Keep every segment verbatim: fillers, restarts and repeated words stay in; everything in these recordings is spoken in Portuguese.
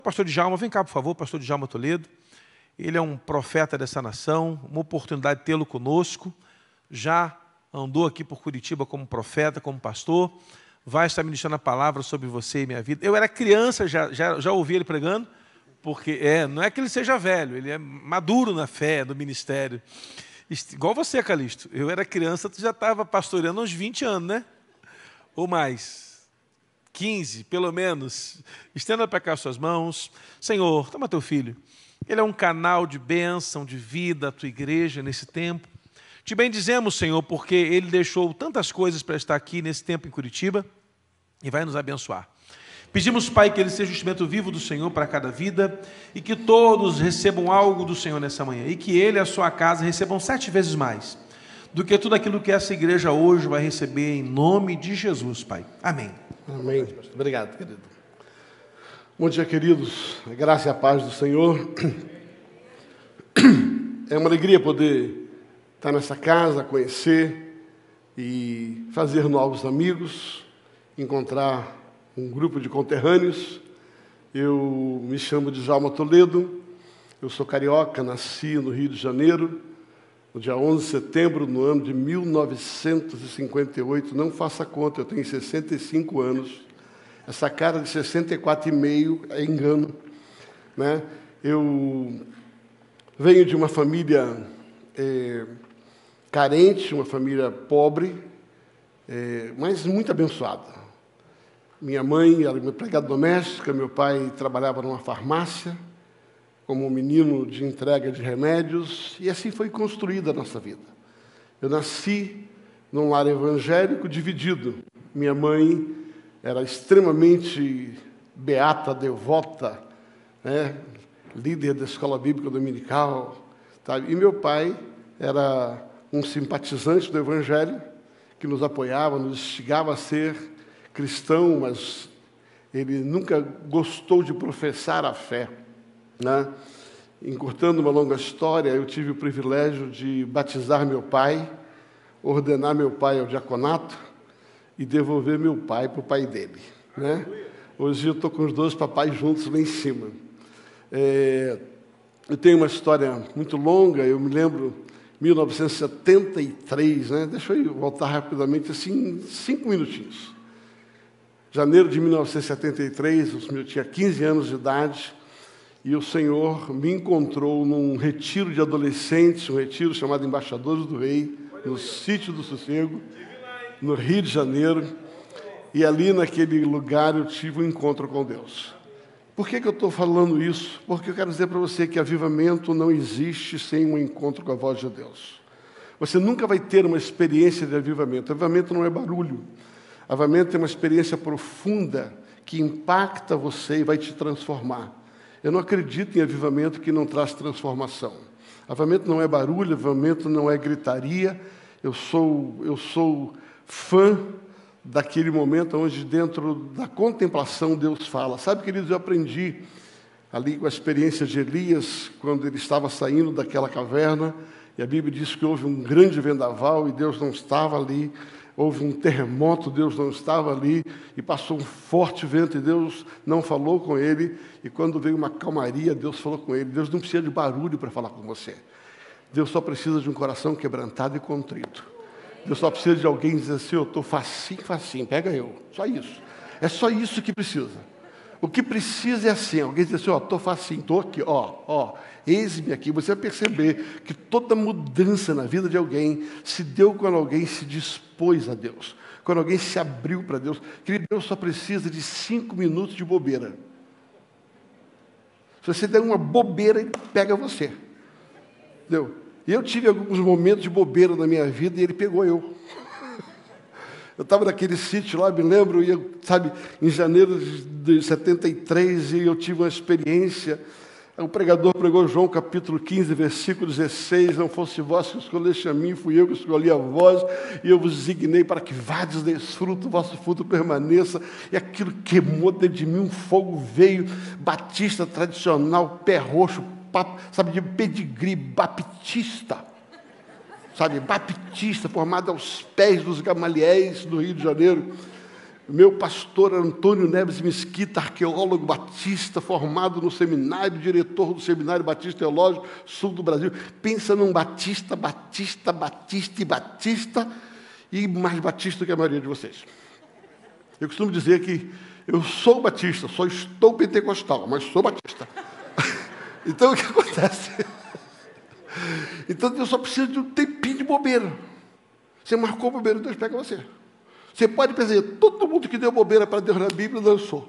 Pastor Djalma, vem cá, por favor, pastor Djalma Toledo. Ele é um profeta dessa nação, uma oportunidade de tê-lo conosco. Já andou aqui por Curitiba como profeta, como pastor. Vai estar ministrando a palavra sobre você e minha vida. Eu era criança, já, já, já ouvi ele pregando, porque é, não é que ele seja velho, ele é maduro na fé, no ministério. Igual você, Calixto. Eu era criança, tu já estava pastoreando uns vinte anos, né? Ou mais. quinze, pelo menos. Estenda para cá suas mãos. Senhor, toma teu filho. Ele é um canal de bênção, de vida, a tua igreja nesse tempo. Te bendizemos, Senhor, porque ele deixou tantas coisas para estar aqui nesse tempo em Curitiba e vai nos abençoar. Pedimos, Pai, que ele seja o instrumento vivo do Senhor para cada vida e que todos recebam algo do Senhor nessa manhã e que ele e a sua casa recebam sete vezes mais do que tudo aquilo que essa igreja hoje vai receber em nome de Jesus, Pai. Amém. Amém. Obrigado, querido. Bom dia, queridos. A graça e a paz do Senhor. É uma alegria poder estar nessa casa, conhecer e fazer novos amigos, encontrar um grupo de conterrâneos. Eu me chamo Djalma Toledo, eu sou carioca, nasci no Rio de Janeiro, no dia onze de setembro, no ano de mil novecentos e cinquenta e oito, não faça conta, eu tenho sessenta e cinco anos. Essa cara de sessenta e quatro e meio é engano, né? Eu venho de uma família é, carente, uma família pobre, é, mas muito abençoada. Minha mãe era empregada doméstica, meu pai trabalhava numa farmácia, como um menino de entrega de remédios, e assim foi construída a nossa vida. Eu nasci num lar evangélico dividido. Minha mãe era extremamente beata, devota, né? Líder da escola bíblica dominical, tá? E meu pai era um simpatizante do evangelho, que nos apoiava, nos instigava a ser cristão, mas ele nunca gostou de professar a fé, né? Encurtando uma longa história, eu tive o privilégio de batizar meu pai, ordenar meu pai ao diaconato e devolver meu pai para o pai dele, né? Hoje eu estou com os dois papais juntos lá em cima. É, eu tenho uma história muito longa, eu me lembro, mil novecentos e setenta e três, né? Deixa eu voltar rapidamente, assim, cinco minutinhos. Janeiro de mil novecentos e setenta e três, eu tinha quinze anos de idade, e o Senhor me encontrou num retiro de adolescentes, um retiro chamado Embaixadores do Rei, no Sítio do Sossego, no Rio de Janeiro, e ali naquele lugar eu tive um encontro com Deus. Por que que eu estou falando isso? Porque eu quero dizer para você que avivamento não existe sem um encontro com a voz de Deus. Você nunca vai ter uma experiência de avivamento. Avivamento não é barulho. Avivamento é uma experiência profunda que impacta você e vai te transformar. Eu não acredito em avivamento que não traz transformação. Avivamento não é barulho, avivamento não é gritaria. Eu sou, eu sou fã daquele momento onde dentro da contemplação Deus fala. Sabe, queridos, eu aprendi ali com a experiência de Elias, quando ele estava saindo daquela caverna, e a Bíblia diz que houve um grande vendaval e Deus não estava ali. Houve um terremoto, Deus não estava ali, e passou um forte vento, e Deus não falou com ele, e quando veio uma calmaria, Deus falou com ele. Deus não precisa de barulho para falar com você. Deus só precisa de um coração quebrantado e contrito. Deus só precisa de alguém dizer assim, eu estou facinho, facinho, pega eu. Só isso. É só isso que precisa. O que precisa é assim, alguém dizer assim, ó, estou facinho, estou aqui, ó, ó, eis-me aqui. Você vai perceber que toda mudança na vida de alguém se deu quando alguém se dispôs a Deus, quando alguém se abriu para Deus. Querido, Deus só precisa de cinco minutos de bobeira. Se você der uma bobeira, Ele pega você. Entendeu? E eu tive alguns momentos de bobeira na minha vida e Ele pegou eu. Eu estava naquele sítio lá, me lembro, e eu, sabe, em janeiro de setenta e três, e eu tive uma experiência. O pregador pregou João capítulo quinze, versículo dezesseis, não fosse vós que escolheste a mim, fui eu que escolhi a vós, e eu vos designei para que vades desfruto, o vosso fruto permaneça. E aquilo queimou dentro de mim, um fogo veio, batista tradicional, pé roxo, papo, sabe, de pedigree, baptista. Sabe, baptista, formado aos pés dos Gamaliéis do Rio de Janeiro. Meu pastor Antônio Neves Mesquita, arqueólogo batista, formado no seminário, diretor do Seminário Batista Teológico Sul do Brasil. Pensa num batista, batista, batista e batista, e mais batista que a maioria de vocês. Eu costumo dizer que eu sou batista, só estou pentecostal, mas sou batista. Então, o que acontece? Então, eu só preciso de um tempinho de bobeira. Você marcou bobeira, Deus pega você. Você pode pensar, todo mundo que deu bobeira para Deus na Bíblia dançou.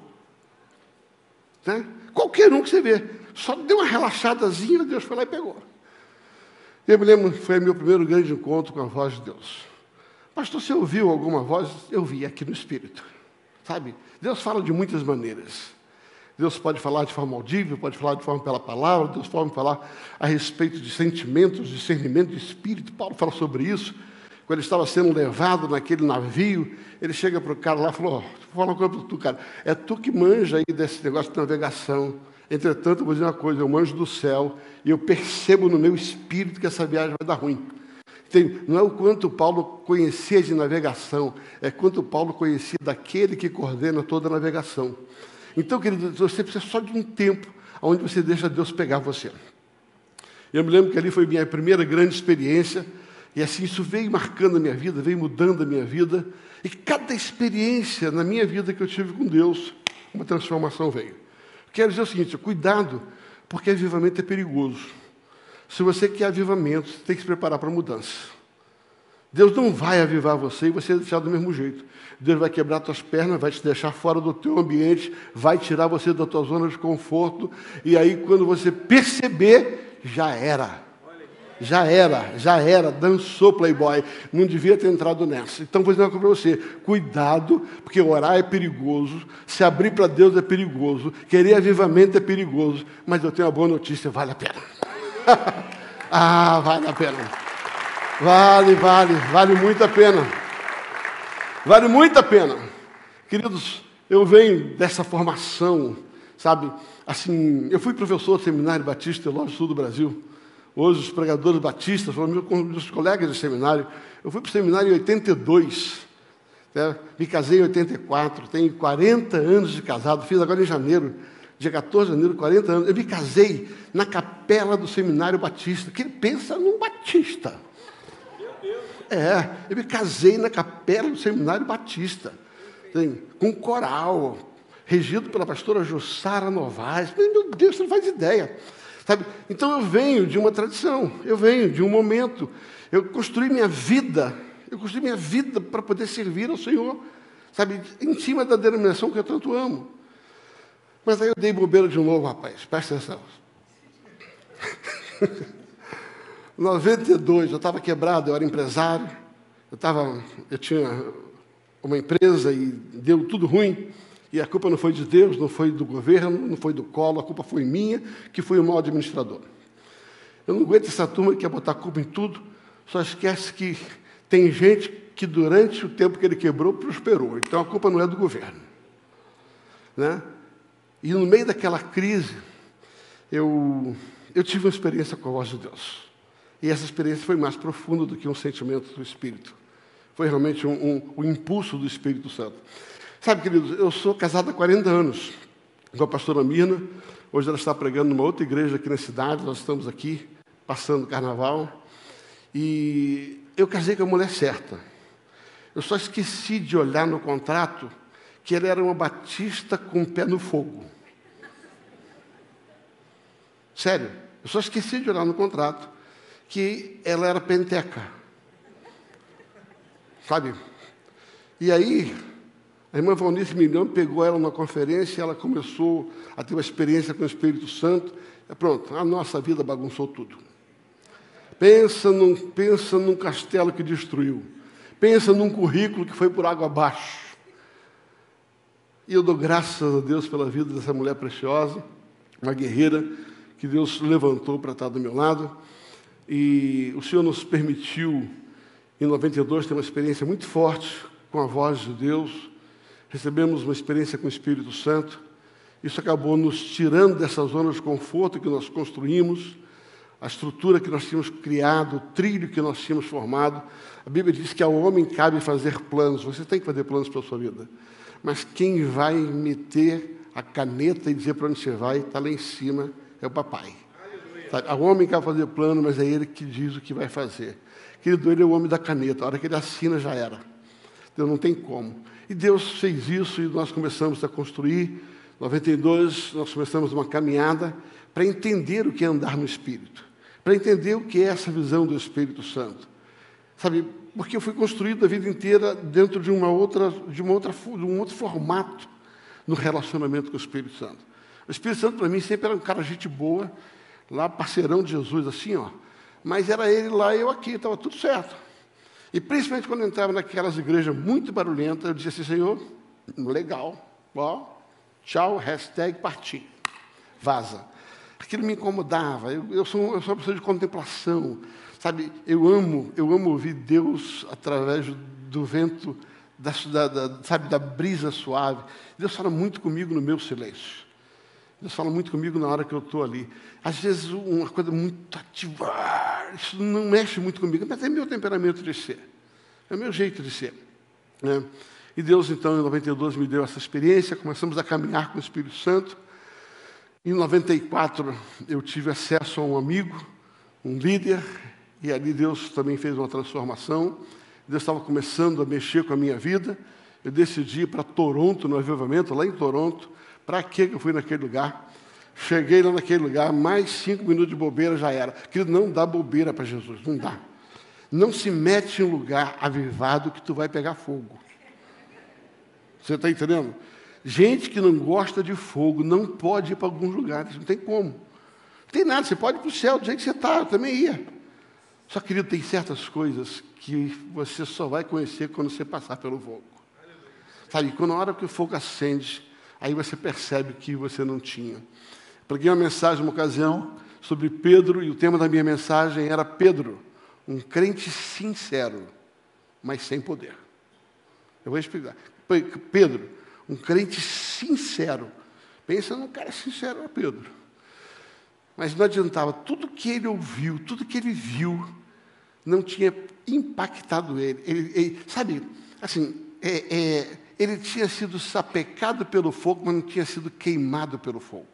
Né? Qualquer um que você vê, só deu uma relaxadazinha, Deus foi lá e pegou. Eu me lembro, foi meu primeiro grande encontro com a voz de Deus. Pastor, você ouviu alguma voz? Eu vi aqui no Espírito. Sabe? Deus fala de muitas maneiras. Deus pode falar de forma audível, pode falar de forma pela palavra, Deus pode falar a respeito de sentimentos, discernimento de espírito. Paulo fala sobre isso. Quando ele estava sendo levado naquele navio, ele chega para o cara lá e falou, oh, vou falar uma coisa para tu, cara, é tu que manja aí desse negócio de navegação. Entretanto, eu vou dizer uma coisa, eu manjo do céu e eu percebo no meu espírito que essa viagem vai dar ruim. Tem, não é o quanto Paulo conhecia de navegação, é quanto Paulo conhecia daquele que coordena toda a navegação. Então, querido, você precisa só de um tempo onde você deixa Deus pegar você. Eu me lembro que ali foi minha primeira grande experiência, e assim isso veio marcando a minha vida, veio mudando a minha vida, e cada experiência na minha vida que eu tive com Deus, uma transformação veio. Quero dizer o seguinte, cuidado, porque avivamento é perigoso. Se você quer avivamento, você tem que se preparar para a mudança. Deus não vai avivar você e você vai deixar do mesmo jeito. Deus vai quebrar suas pernas, vai te deixar fora do teu ambiente, vai tirar você da tua zona de conforto, e aí quando você perceber, já era. Já era, já era, dançou Playboy, não devia ter entrado nessa. Então vou dizer uma coisa para você, cuidado, porque orar é perigoso, se abrir para Deus é perigoso, querer avivamento é perigoso, mas eu tenho uma boa notícia, vale a pena. Ah, vale a pena. Vale, vale, vale muito a pena. Vale muito a pena. Queridos, eu venho dessa formação, sabe, assim, eu fui professor do Seminário Batista Teológico Sul do Brasil. Hoje os pregadores batistas foram meus colegas de seminário. Eu fui para o seminário em oitenta e dois, né? Me casei em oitenta e quatro, tenho quarenta anos de casado, fiz agora em janeiro, dia quatorze de janeiro, quarenta anos. Eu me casei na capela do seminário batista, que ele pensa num batista. É, eu me casei na capela do seminário batista, tem, com coral, regido pela pastora Jussara Novaes. Meu Deus, você não faz ideia. Sabe? Então eu venho de uma tradição, eu venho de um momento, eu construí minha vida, eu construí minha vida para poder servir ao Senhor, sabe, em cima da denominação que eu tanto amo. Mas aí eu dei bobeira de novo, rapaz, presta atenção. Em noventa e dois, eu estava quebrado, eu era empresário, eu, tava, eu tinha uma empresa e deu tudo ruim. E a culpa não foi de Deus, não foi do governo, não foi do Collor, a culpa foi minha, que fui o mau administrador. Eu não aguento essa turma que quer botar a culpa em tudo, só esquece que tem gente que durante o tempo que ele quebrou, prosperou. Então a culpa não é do governo. Né? E no meio daquela crise, eu, eu tive uma experiência com a voz de Deus. E essa experiência foi mais profunda do que um sentimento do Espírito. Foi realmente um, um, um impulso do Espírito Santo. Sabe, queridos, eu sou casado há quarenta anos com a pastora Mirna. Hoje ela está pregando numa outra igreja aqui na cidade. Nós estamos aqui, passando o carnaval. E eu casei com a mulher certa. Eu só esqueci de olhar no contrato que ela era uma batista com o pé no fogo. Sério, eu só esqueci de olhar no contrato que ela era penteca. Sabe? E aí, a irmã Valnice Milhão pegou ela numa conferência e ela começou a ter uma experiência com o Espírito Santo. E pronto, a nossa vida bagunçou tudo. Pensa num, pensa num castelo que destruiu. Pensa num currículo que foi por água abaixo. E eu dou graças a Deus pela vida dessa mulher preciosa, uma guerreira que Deus levantou para estar do meu lado. E o Senhor nos permitiu, em noventa e dois, ter uma experiência muito forte com a voz de Deus. Recebemos uma experiência com o Espírito Santo. Isso acabou nos tirando dessa zona de conforto que nós construímos, a estrutura que nós tínhamos criado, o trilho que nós tínhamos formado. A Bíblia diz que ao homem cabe fazer planos. Você tem que fazer planos para a sua vida. mas quem vai meter a caneta e dizer para onde você vai, está lá em cima, é o papai. Sabe? O homem quer fazer plano, mas é ele que diz o que vai fazer. Querido, ele é o homem da caneta, a hora que ele assina já era. Então não tem como. E Deus fez isso e nós começamos a construir. Em noventa e dois, nós começamos uma caminhada para entender o que é andar no Espírito, para entender o que é essa visão do Espírito Santo. Sabe, porque eu fui construído a vida inteira dentro de uma outra, de uma outra, de um outro formato no relacionamento com o Espírito Santo. O Espírito Santo, para mim, sempre era um cara gente boa, lá parceirão de Jesus, assim, ó. Mas era ele lá e eu aqui, estava tudo certo. E principalmente quando eu entrava naquelas igrejas muito barulhentas, eu dizia assim, Senhor, legal, ó, tchau, hashtag parti, vaza. Aquilo me incomodava, eu, eu, sou, eu sou uma pessoa de contemplação, sabe, eu amo, eu amo ouvir Deus através do vento, da, da, da, sabe, da brisa suave. Deus fala muito comigo no meu silêncio. Deus fala muito comigo na hora que eu estou ali. Às vezes, uma coisa muito ativa, isso não mexe muito comigo, mas é meu temperamento de ser, é o meu jeito de ser. Né? E Deus, então, em noventa e dois, me deu essa experiência, começamos a caminhar com o Espírito Santo. Em noventa e quatro, eu tive acesso a um amigo, um líder, e ali Deus também fez uma transformação. Deus estava começando a mexer com a minha vida. Eu decidi ir para Toronto, no avivamento, lá em Toronto. Para que eu fui naquele lugar? Cheguei lá naquele lugar, mais cinco minutos de bobeira já era. Querido, não dá bobeira para Jesus, não dá. Não se mete em um lugar avivado que tu vai pegar fogo. Você está entendendo? Gente que não gosta de fogo não pode ir para alguns lugares, não tem como. Não tem nada, você pode ir para o céu do jeito que você está, eu também ia. Só, querido, tem certas coisas que você só vai conhecer quando você passar pelo fogo. Sabe, quando a hora que o fogo acende, aí você percebe que você não tinha. Preguei uma mensagem, uma ocasião, sobre Pedro, e o tema da minha mensagem era Pedro, um crente sincero, mas sem poder. Eu vou explicar. Pedro, um crente sincero. Pensa num cara sincero, é Pedro. Mas não adiantava, tudo que ele ouviu, tudo que ele viu, não tinha impactado ele. ele, ele sabe, assim, é, é, ele tinha sido sapecado pelo fogo, mas não tinha sido queimado pelo fogo.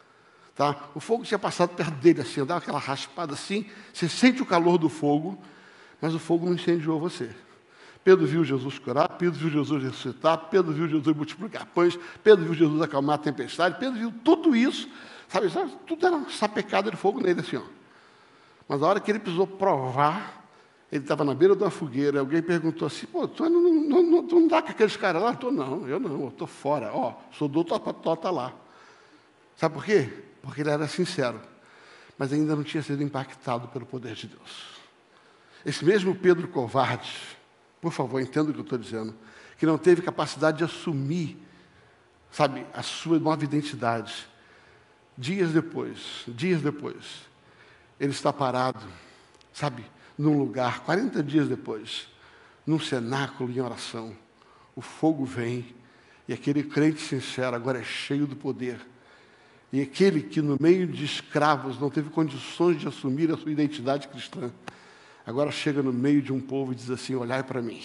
Tá? O fogo tinha passado perto dele, assim, dava aquela raspada assim, você sente o calor do fogo, mas o fogo não incendiou você. Pedro viu Jesus curar, Pedro viu Jesus ressuscitar, Pedro viu Jesus multiplicar pães, Pedro viu Jesus acalmar a tempestade, Pedro viu tudo isso, sabe, sabe tudo era sapecado de fogo nele, assim, ó. Mas a hora que ele precisou provar, ele estava na beira de uma fogueira, alguém perguntou assim, pô, tu não, não, não, tu não dá com aqueles caras lá? Eu estou, não, eu não, eu estou fora, ó, sou doutor, está lá. Sabe por quê? Porque ele era sincero, mas ainda não tinha sido impactado pelo poder de Deus. Esse mesmo Pedro covarde, por favor, entenda o que eu estou dizendo, que não teve capacidade de assumir, sabe, a sua nova identidade. Dias depois, dias depois, ele está parado, sabe, num lugar, quarenta dias depois, num cenáculo em oração. O fogo vem, e aquele crente sincero agora é cheio do poder. E aquele que no meio de escravos não teve condições de assumir a sua identidade cristã, agora chega no meio de um povo e diz assim, olhai para mim,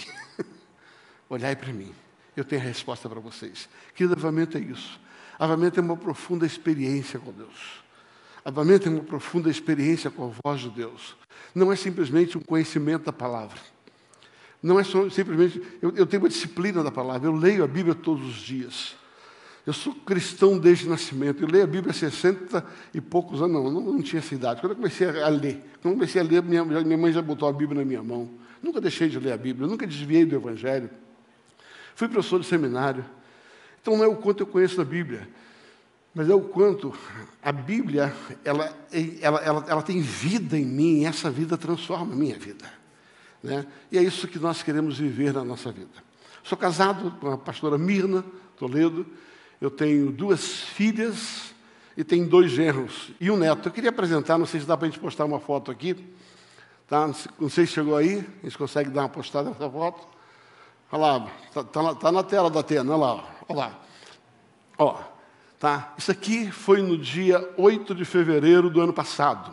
olhai para mim, eu tenho a resposta para vocês. Que avivamento é isso? Avivamento é uma profunda experiência com Deus. Avivamento é uma profunda experiência com a voz de Deus. Não é simplesmente um conhecimento da palavra. Não é só, simplesmente, eu, eu tenho uma disciplina da palavra, eu leio a Bíblia todos os dias. Eu sou cristão desde o nascimento, eu leio a Bíblia há sessenta e poucos anos, não, não, não tinha essa idade. Quando eu comecei a ler, quando eu comecei a ler, minha, minha mãe já botou a Bíblia na minha mão. Nunca deixei de ler a Bíblia, nunca desviei do Evangelho. Fui professor de seminário. Então não é o quanto eu conheço da Bíblia, mas é o quanto a Bíblia, ela, ela, ela, ela tem vida em mim, e essa vida transforma a minha vida. Né? E é isso que nós queremos viver na nossa vida. Sou casado com a pastora Mirna Toledo, eu tenho duas filhas e tenho dois genros e um neto. Eu queria apresentar, não sei se dá para a gente postar uma foto aqui, tá? Não sei se chegou aí, a gente consegue dar uma postada nessa foto. Olha lá, está tá, tá na tela da Atena, olha lá, olha lá. Ó, tá? Isso aqui foi no dia oito de fevereiro do ano passado.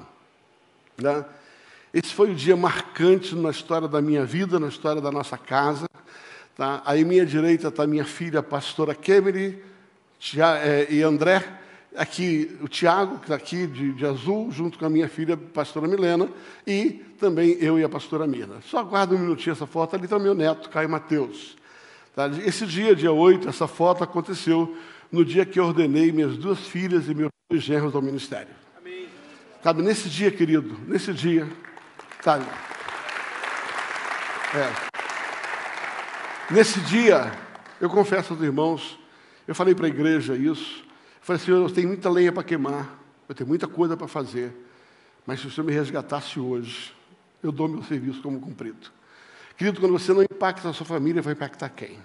Né? Esse foi o dia marcante na história da minha vida, na história da nossa casa. Tá? Aí, à minha direita, está minha filha, a pastora Kemily e André. Aqui, o Tiago, que está aqui de, de azul, junto com a minha filha, a pastora Milena, e também eu e a pastora Mirna. Só aguarda um minutinho essa foto. Ali está o meu neto, Caio Mateus. Tá? Esse dia, dia oito, essa foto aconteceu no dia que eu ordenei minhas duas filhas e meus dois genros ao ministério. Amém. Sabe, nesse dia, querido, nesse dia, sabe? É. Nesse dia, eu confesso aos irmãos, eu falei para a igreja isso, eu falei, Senhor, eu tenho muita lenha para queimar, eu tenho muita coisa para fazer, mas se o Senhor me resgatasse hoje, eu dou meu serviço como cumprido. Querido, quando você não impacta a sua família, vai impactar quem?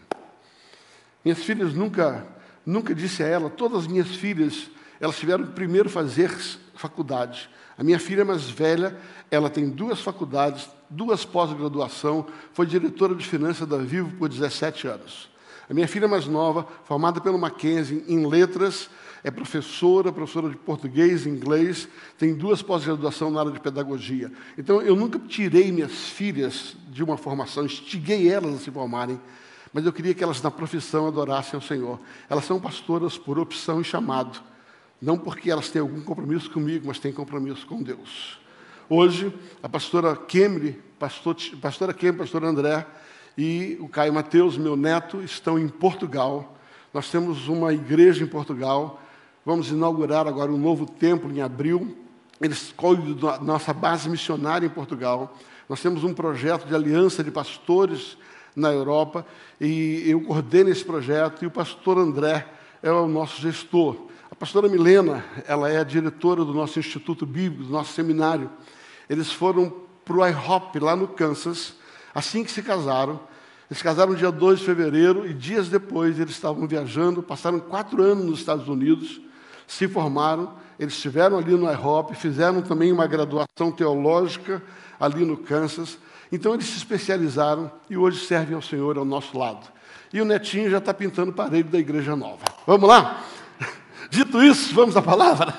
Minhas filhas nunca, nunca disse a ela, todas as minhas filhas, elas tiveram que primeiro fazer faculdade. A minha filha mais velha, ela tem duas faculdades, duas pós-graduação, foi diretora de finanças da Vivo por dezessete anos. A minha filha mais nova, formada pelo Mackenzie em letras, é professora, professora de português e inglês, tem duas pós-graduação na área de pedagogia. Então, eu nunca tirei minhas filhas de uma formação, instiguei elas a se formarem, mas eu queria que elas, na profissão, adorassem ao Senhor. Elas são pastoras por opção e chamado, não porque elas têm algum compromisso comigo, mas têm compromisso com Deus. Hoje, a pastora Kemily, pastor, pastora Kemily, pastor André e o Caio Mateus, meu neto, estão em Portugal. Nós temos uma igreja em Portugal. Vamos inaugurar agora um novo templo em abril. Eles cuidam da nossa base missionária em Portugal. Nós temos um projeto de aliança de pastores na Europa e eu coordeno esse projeto e o pastor André é o nosso gestor. A pastora Milena, ela é a diretora do nosso Instituto Bíblico, do nosso seminário. Eles foram para o I HOP, lá no Kansas, assim que se casaram. Eles casaram no dia dois de fevereiro e dias depois eles estavam viajando, passaram quatro anos nos Estados Unidos, se formaram, eles estiveram ali no I HOP, fizeram também uma graduação teológica ali no Kansas. Então eles se especializaram e hoje servem ao Senhor ao nosso lado. E o netinho já está pintando parede da igreja nova. Vamos lá? Dito isso, vamos à palavra?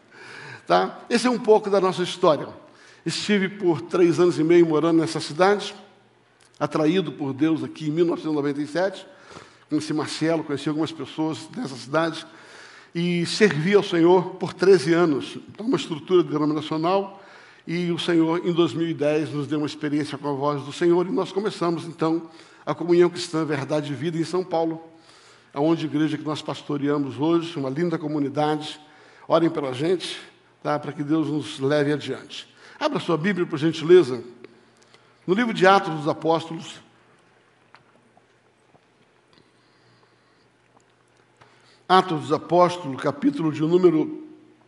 Tá? Esse é um pouco da nossa história. Estive por três anos e meio morando nessa cidade, atraído por Deus aqui em mil novecentos e noventa e sete. Conheci Marcelo, conheci algumas pessoas nessa cidade e servi ao Senhor por treze anos. Uma estrutura denominacional e o Senhor, em dois mil e dez, nos deu uma experiência com a voz do Senhor e nós começamos, então, a Comunhão Cristã Verdade e Vida em São Paulo, aonde a igreja que nós pastoreamos hoje, uma linda comunidade. Orem pela gente, tá? Para que Deus nos leve adiante. Abra sua Bíblia, por gentileza, no livro de Atos dos Apóstolos, Atos dos Apóstolos, capítulo de número...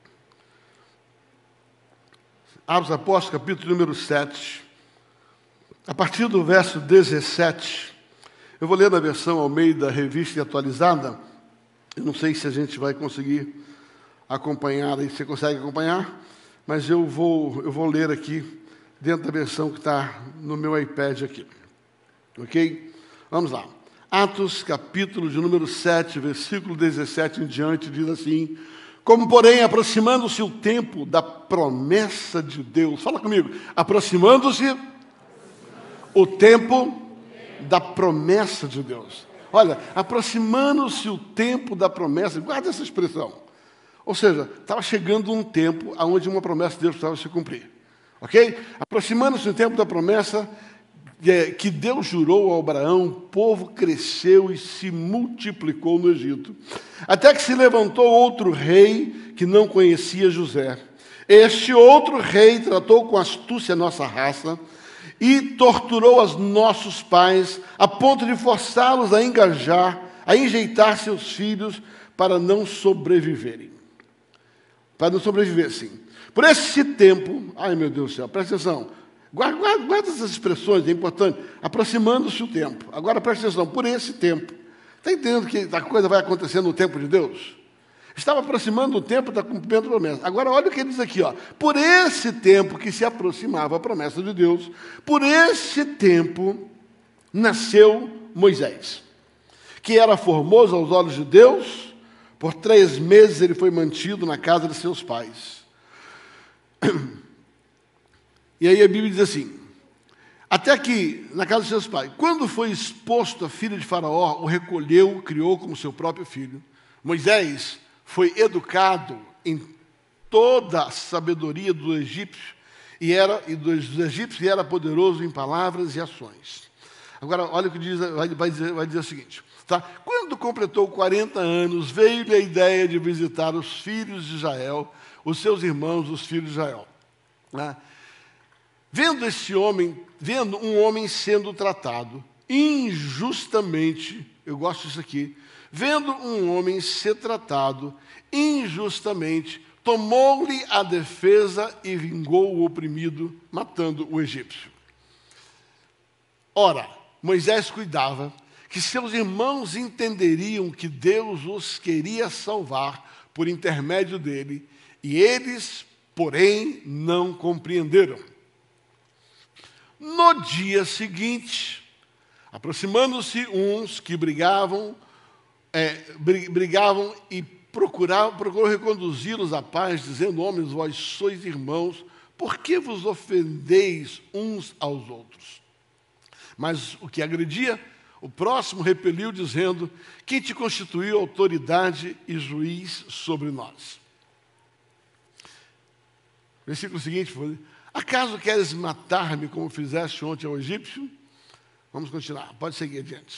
Atos dos Apóstolos, capítulo número sete, a partir do verso dezessete, eu vou ler na versão Almeida, revista e atualizada. Eu não sei se a gente vai conseguir acompanhar, aí você consegue acompanhar, mas eu vou, eu vou ler aqui, dentro da versão que está no meu iPad aqui. Ok? Vamos lá. Atos, capítulo de número sete, versículo dezessete em diante, diz assim: como, porém, aproximando-se o tempo da promessa de Deus. Fala comigo. Aproximando-se o tempo da promessa de Deus. Olha, aproximando-se o tempo da promessa, guarda essa expressão. Ou seja, estava chegando um tempo onde uma promessa de Deus precisava se cumprir. Ok? Aproximando-se o tempo da promessa que Deus jurou a Abraão, o povo cresceu e se multiplicou no Egito. Até que se levantou outro rei que não conhecia José. Este outro rei tratou com astúcia a nossa raça e torturou os nossos pais, a ponto de forçá-los a engajar, a enjeitar seus filhos para não sobreviverem. Para não sobrevivessem. Por esse tempo, ai meu Deus do céu, presta atenção, guarda, guarda, guarda essas expressões, é importante, aproximando-se o tempo. Agora presta atenção, por esse tempo. Está entendendo que a coisa vai acontecer no tempo de Deus? Estava aproximando o tempo da cumprimento da promessa. Agora, olha o que ele diz aqui, ó. Por esse tempo que se aproximava a promessa de Deus, por esse tempo nasceu Moisés, que era formoso aos olhos de Deus. Por três meses ele foi mantido na casa de seus pais. E aí a Bíblia diz assim: Até que, na casa de seus pais, quando foi exposto a filha de Faraó, o recolheu, o criou como seu próprio filho. Moisés foi educado em toda a sabedoria do egípcio e, era, e dos egípcios e era poderoso em palavras e ações. Agora, olha o que diz, vai, vai, dizer, vai dizer o seguinte. Tá? Quando completou quarenta anos, veio-lhe a ideia de visitar os filhos de Israel, os seus irmãos, os filhos de Israel. Né? Vendo esse homem, vendo um homem sendo tratado injustamente, eu gosto disso aqui, vendo um homem ser tratado injustamente, tomou-lhe a defesa e vingou o oprimido, matando o egípcio. Ora, Moisés cuidava que seus irmãos entenderiam que Deus os queria salvar por intermédio dele, e eles, porém, não compreenderam. No dia seguinte, aproximando-se uns que brigavam, é, brigavam e procuravam, procurou reconduzi-los à paz, dizendo: homens, vós sois irmãos, por que vos ofendeis uns aos outros? Mas o que agredia, o próximo repeliu, dizendo: quem te constituiu autoridade e juiz sobre nós? Versículo seguinte foi: acaso queres matar-me como fizeste ontem ao egípcio? Vamos continuar, pode seguir adiante.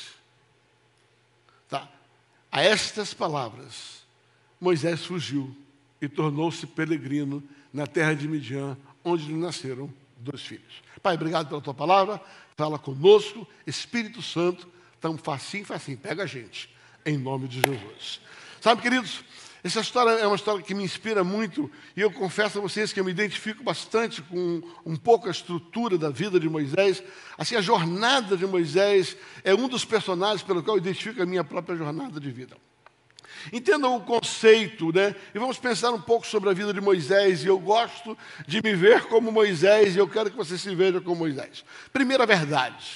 Tá. A estas palavras, Moisés fugiu e tornou-se peregrino na terra de Midian, onde lhe nasceram dois filhos. Pai, obrigado pela tua palavra, fala conosco, Espírito Santo, tão facinho, facinho, pega a gente, em nome de Jesus. Sabe, queridos, essa história é uma história que me inspira muito, e eu confesso a vocês que eu me identifico bastante com um pouco a estrutura da vida de Moisés. Assim, a jornada de Moisés é um dos personagens pelo qual eu identifico a minha própria jornada de vida. Entendam o conceito, né? E vamos pensar um pouco sobre a vida de Moisés, e eu gosto de me ver como Moisés, e eu quero que você se veja como Moisés. Primeira verdade,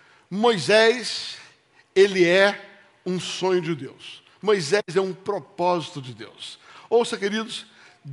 Moisés, ele é um sonho de Deus. Moisés é um propósito de Deus. Ouça, queridos,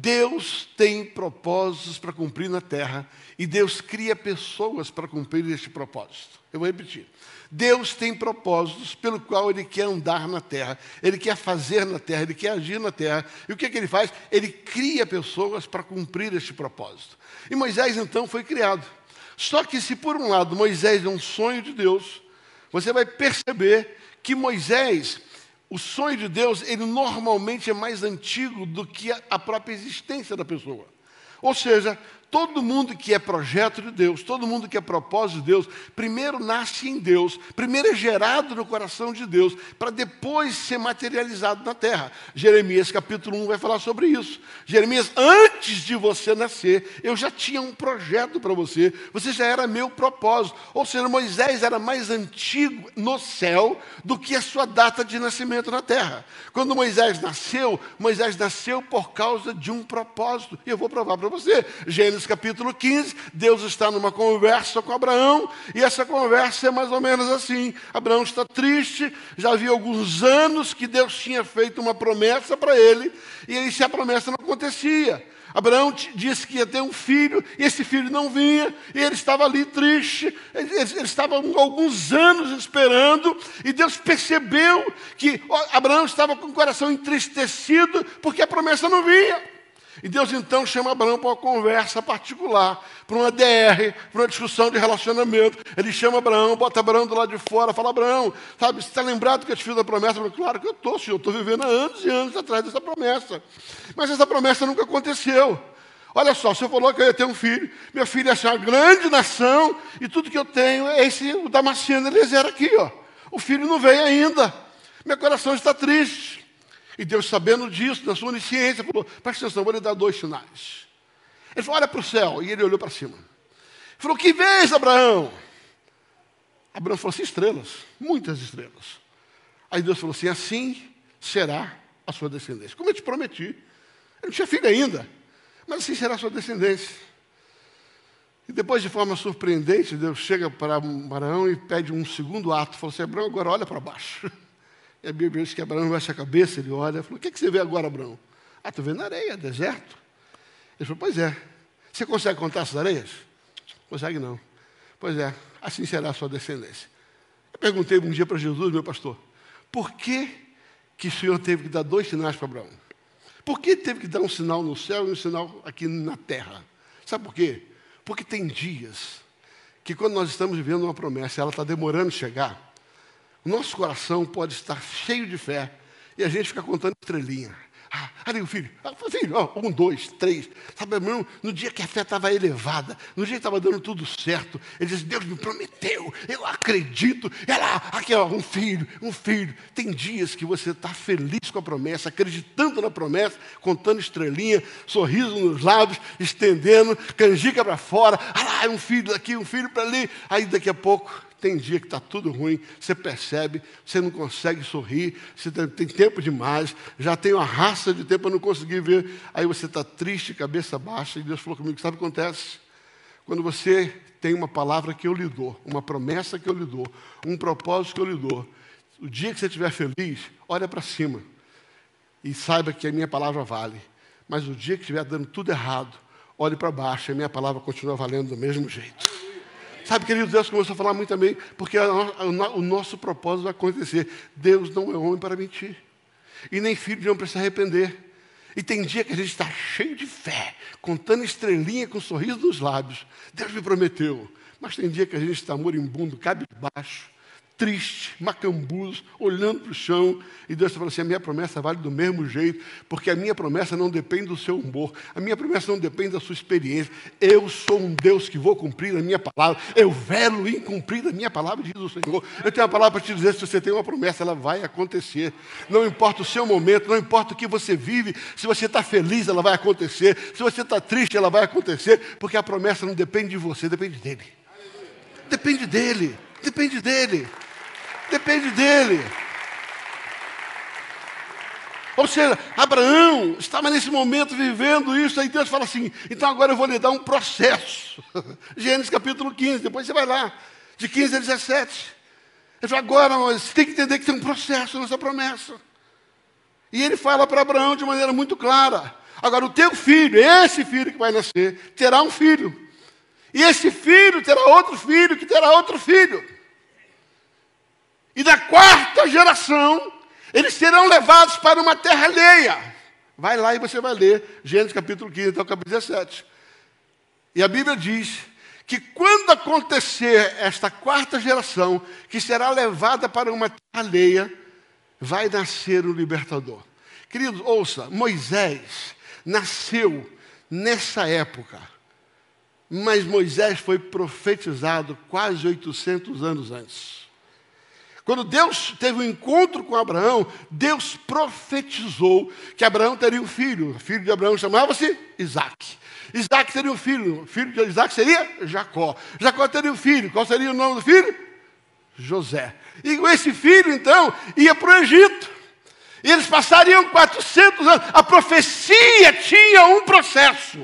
Deus tem propósitos para cumprir na terra e Deus cria pessoas para cumprir este propósito. Eu vou repetir. Deus tem propósitos pelo qual Ele quer andar na terra, Ele quer fazer na terra, Ele quer agir na terra. E o que é que Ele faz? Ele cria pessoas para cumprir este propósito. E Moisés, então, foi criado. Só que se, por um lado, Moisés é um sonho de Deus, você vai perceber que Moisés... O sonho de Deus, ele normalmente é mais antigo do que a própria existência da pessoa. Ou seja, todo mundo que é projeto de Deus, todo mundo que é propósito de Deus, primeiro nasce em Deus, primeiro é gerado no coração de Deus, para depois ser materializado na terra. Jeremias capítulo um vai falar sobre isso. Jeremias, antes de você nascer, eu já tinha um projeto para você, você já era meu propósito. Ou seja, Moisés era mais antigo no céu do que a sua data de nascimento na terra. Quando Moisés nasceu, Moisés nasceu por causa de um propósito. E eu vou provar para você. Gênesis capítulo quinze, Deus está numa conversa com Abraão, e essa conversa é mais ou menos assim. Abraão está triste, já havia alguns anos que Deus tinha feito uma promessa para ele, e aí se a promessa não acontecia. Abraão disse que ia ter um filho, e esse filho não vinha, e ele estava ali triste, ele, ele estava alguns anos esperando, e Deus percebeu que Abraão estava com o coração entristecido, porque a promessa não vinha. E Deus então chama Abraão para uma conversa particular, para uma D R, para uma discussão de relacionamento. Ele chama Abraão, bota Abraão do lado de fora, fala: Abraão, sabe, você está lembrado que eu te fiz a promessa? Eu falo, claro que eu estou, senhor, eu estou vivendo há anos e anos atrás dessa promessa. Mas essa promessa nunca aconteceu. Olha só, o senhor falou que eu ia ter um filho, meu filho ia ser uma grande nação, e tudo que eu tenho é esse, o Damasceno Eliezer aqui, ó. O filho não veio ainda, meu coração está triste. E Deus, sabendo disso, na sua onisciência, falou: presta atenção, vou lhe dar dois sinais. Ele falou: olha para o céu. E ele olhou para cima. Ele falou: que vês, Abraão? Abraão falou assim: estrelas, muitas estrelas. Aí Deus falou assim: assim será a sua descendência. Como eu te prometi. Ele não tinha filho ainda, mas assim será a sua descendência. E depois, de forma surpreendente, Deus chega para Abraão e pede um segundo ato. Falou assim: Abraão, agora olha para baixo. E a Bíblia diz que Abraão baixa a cabeça, ele olha e falou: o que, é que você vê agora, Abraão? Ah, estou vendo areia, deserto. Ele falou: pois é. Você consegue contar essas areias? Consegue não. Pois é. assim será a sua descendência. Eu perguntei um dia para Jesus, meu pastor, por que, que o Senhor teve que dar dois sinais para Abraão? Por que teve que dar um sinal no céu e um sinal aqui na terra? Sabe por quê? Porque tem dias que quando nós estamos vivendo uma promessa, ela está demorando chegar, o nosso coração pode estar cheio de fé e a gente fica contando estrelinha. Ah, ali o filho, ah, filho, ó, um, dois, três. Sabe, irmão, no dia que a fé estava elevada, no dia que estava dando tudo certo, ele disse, Deus me prometeu, eu acredito. Ela, aqui ó, um filho, um filho. Tem dias que você está feliz com a promessa, acreditando na promessa, contando estrelinha, sorriso nos lábios, estendendo, canjica para fora. Ah lá, um filho daqui, um filho para ali. Aí daqui a pouco... Tem dia que está tudo ruim, você percebe, você não consegue sorrir, você tem, tem tempo demais, já tem uma raça de tempo para não conseguir ver. Aí você está triste, cabeça baixa, e Deus falou comigo, sabe o que acontece? Quando você tem uma palavra que eu lhe dou, uma promessa que eu lhe dou, um propósito que eu lhe dou, o dia que você estiver feliz, olha para cima e saiba que a minha palavra vale. Mas o dia que estiver dando tudo errado, olhe para baixo e a minha palavra continua valendo do mesmo jeito. Sabe, querido, Deus começou a falar muito também, porque o nosso propósito vai acontecer. Deus não é homem para mentir. E nem filho de homem para se arrepender. E tem dia que a gente está cheio de fé, contando estrelinha com um sorriso nos lábios. Deus me prometeu. Mas tem dia que a gente está moribundo, cabisbaixo, triste, macambuzo, olhando para o chão, e Deus está falando assim, a minha promessa vale do mesmo jeito, porque a minha promessa não depende do seu humor, a minha promessa não depende da sua experiência, eu sou um Deus que vou cumprir a minha palavra, eu velo em cumprir a minha palavra, diz o Senhor. Eu tenho uma palavra para te dizer, se você tem uma promessa, ela vai acontecer, não importa o seu momento, não importa o que você vive, se você está feliz, ela vai acontecer, se você está triste, ela vai acontecer, porque a promessa não depende de você, depende dele, depende dele, depende dele. Depende dele. Ou seja, Abraão estava nesse momento vivendo isso, aí Deus fala assim, então agora eu vou lhe dar um processo. Gênesis capítulo quinze, depois você vai lá, de quinze a dezessete. Ele fala, agora você tem que entender que tem um processo nessa promessa. E ele fala para Abraão de maneira muito clara, agora o teu filho, esse filho que vai nascer, terá um filho. E esse filho terá outro filho, que terá outro filho. E da quarta geração, eles serão levados para uma terra alheia. Vai lá e você vai ler Gênesis capítulo quinze até o capítulo dezessete. E a Bíblia diz que quando acontecer esta quarta geração, que será levada para uma terra alheia, vai nascer o libertador. Queridos, ouça, Moisés nasceu nessa época, mas Moisés foi profetizado quase oitocentos anos antes. Quando Deus teve um encontro com Abraão, Deus profetizou que Abraão teria um filho. O filho de Abraão chamava-se Isaac. Isaac teria um filho. O filho de Isaac seria Jacó. Jacó teria um filho. Qual seria o nome do filho? José. E com esse filho, então, ia para o Egito. E eles passariam quatrocentos anos. A profecia tinha um processo.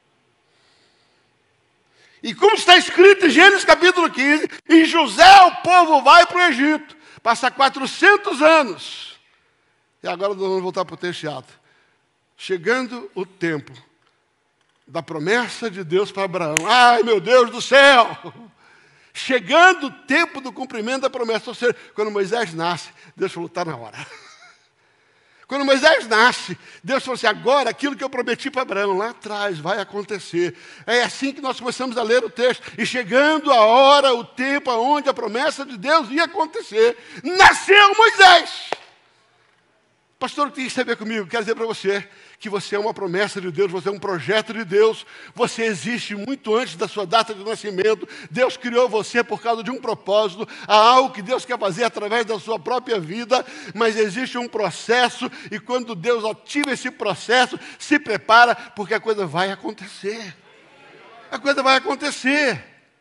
E como está escrito em Gênesis capítulo quinze, em José o povo vai para o Egito, passa quatrocentos anos. E agora nós vamos voltar para o texto alto. Chegando o tempo da promessa de Deus para Abraão. Ai, meu Deus do céu! Chegando o tempo do cumprimento da promessa. Ou seja, quando Moisés nasce, Deus falou, está na hora. Quando Moisés nasce, Deus falou assim, agora aquilo que eu prometi para Abraão lá atrás vai acontecer. É assim que nós começamos a ler o texto. E chegando a hora, o tempo onde a promessa de Deus ia acontecer, nasceu Moisés. Pastor, o que tem que saber comigo? Quero dizer para você que você é uma promessa de Deus, você é um projeto de Deus, você existe muito antes da sua data de nascimento. Deus criou você por causa de um propósito, há algo que Deus quer fazer através da sua própria vida, mas existe um processo, e quando Deus ativa esse processo, se prepara, porque a coisa vai acontecer. A coisa vai acontecer.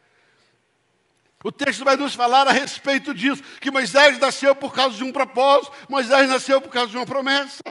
O texto vai nos falar a respeito disso, que Moisés nasceu por causa de um propósito, Moisés nasceu por causa de uma promessa.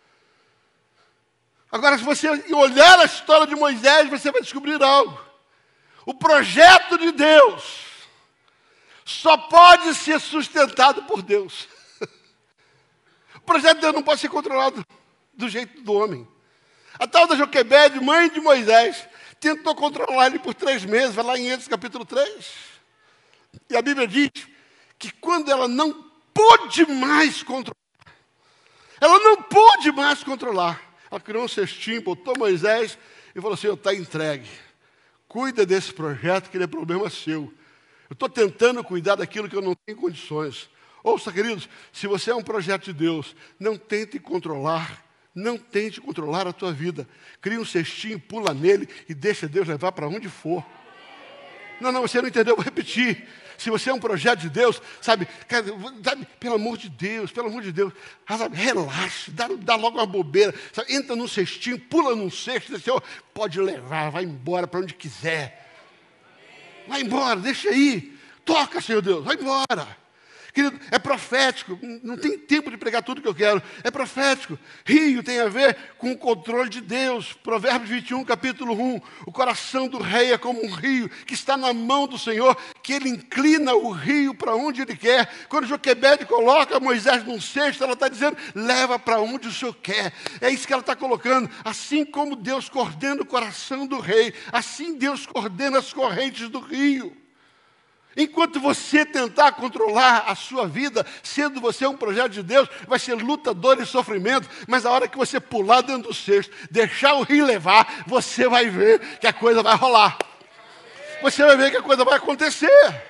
Agora, se você olhar a história de Moisés, você vai descobrir algo. O projeto de Deus só pode ser sustentado por Deus. O projeto de Deus não pode ser controlado do jeito do homem. A tal da Joquebede, mãe de Moisés, tentou controlar ele por três meses, vai lá em Êxodo capítulo três. E a Bíblia diz que quando ela não pôde mais controlar, ela não pôde mais controlar, ela criou um cestinho, botou Moisés e falou assim, está entregue. Cuida desse projeto que ele é problema seu. Eu estou tentando cuidar daquilo que eu não tenho condições. Ouça, queridos, se você é um projeto de Deus, não tente controlar, não tente controlar a tua vida. Cria um cestinho, pula nele e deixa Deus levar para onde for. Não, não, você não entendeu, eu vou repetir. Se você é um projeto de Deus, sabe, cara, sabe, pelo amor de Deus, pelo amor de Deus, sabe, relaxe, dá, dá logo uma bobeira, sabe, entra num cestinho, pula num cesto, diz, oh, pode levar, vai embora para onde quiser. Vai embora, deixa aí. Toca, Senhor Deus, vai embora. Querido, é profético, não tem tempo de pregar tudo que eu quero, é profético. Rio tem a ver com o controle de Deus. Provérbios vinte e um, capítulo um, o coração do rei é como um rio que está na mão do Senhor, que ele inclina o rio para onde ele quer. Quando Joquebede coloca Moisés num cesto, ela está dizendo, leva para onde o Senhor quer. É isso que ela está colocando. Assim como Deus coordena o coração do rei, assim Deus coordena as correntes do rio. Enquanto você tentar controlar a sua vida, sendo você um projeto de Deus, vai ser luta, dor e sofrimento, mas a hora que você pular dentro do cesto, deixar o rio levar, você vai ver que a coisa vai rolar. Você vai ver que a coisa vai acontecer.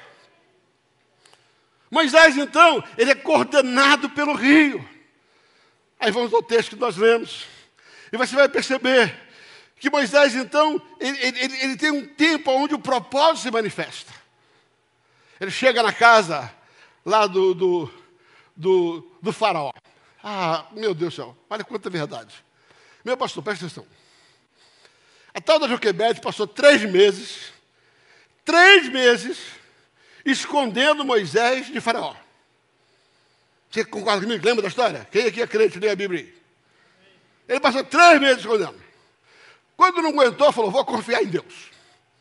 Moisés, então, ele é coordenado pelo rio. Aí vamos ao texto que nós lemos. E você vai perceber que Moisés, então, ele, ele, ele tem um tempo onde o propósito se manifesta. Ele chega na casa lá do, do, do, do faraó. Ah, meu Deus do céu, olha quanta verdade. Meu pastor, presta atenção. A tal da Joquebede passou três meses, três meses, escondendo Moisés de faraó. Você concorda comigo? Lembra da história? Quem aqui é crente, lê a Bíblia aí. Ele passou três meses escondendo. Quando não aguentou, falou, vou confiar em Deus.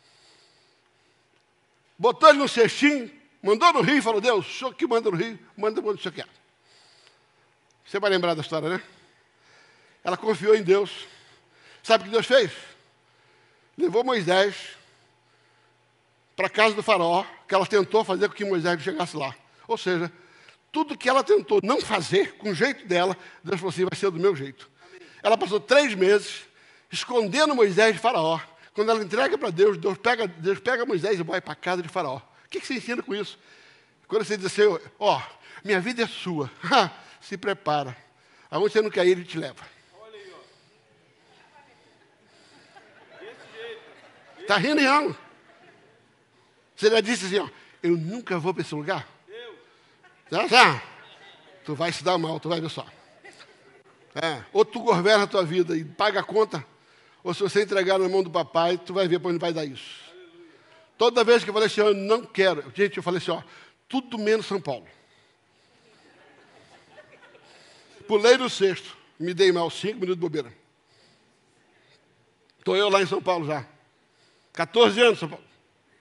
Botou ele no cestinho, mandou no rio e falou, Deus, o senhor que manda no rio, manda onde o senhor quer. Você vai lembrar da história, né? Ela confiou em Deus. Sabe o que Deus fez? Levou Moisés para a casa do faraó, que ela tentou fazer com que Moisés chegasse lá. Ou seja, tudo que ela tentou não fazer com o jeito dela, Deus falou assim, vai ser do meu jeito. Amém. Ela passou três meses escondendo Moisés de faraó. Quando ela entrega para Deus, Deus pega, Deus pega Moisés e vai para a casa de faraó. O que, que você ensina com isso? Quando você diz assim, ó, oh, minha vida é sua, se prepara. Aonde você não quer ir, ele te leva. Está rindo, não? Você já disse assim, ó, eu nunca vou para esse lugar? Já, já. Tu vai se dar mal, tu vai ver só. É. Ou tu governa a tua vida e paga a conta, ou se você entregar na mão do papai, tu vai ver para onde vai dar isso. Aleluia. Toda vez que eu falei assim, eu não quero. Gente, eu falei assim, ó, tudo menos São Paulo. Pulei no sexto, me dei mal, cinco minutos de bobeira. Estou eu lá em São Paulo já. quatorze anos, São Paulo.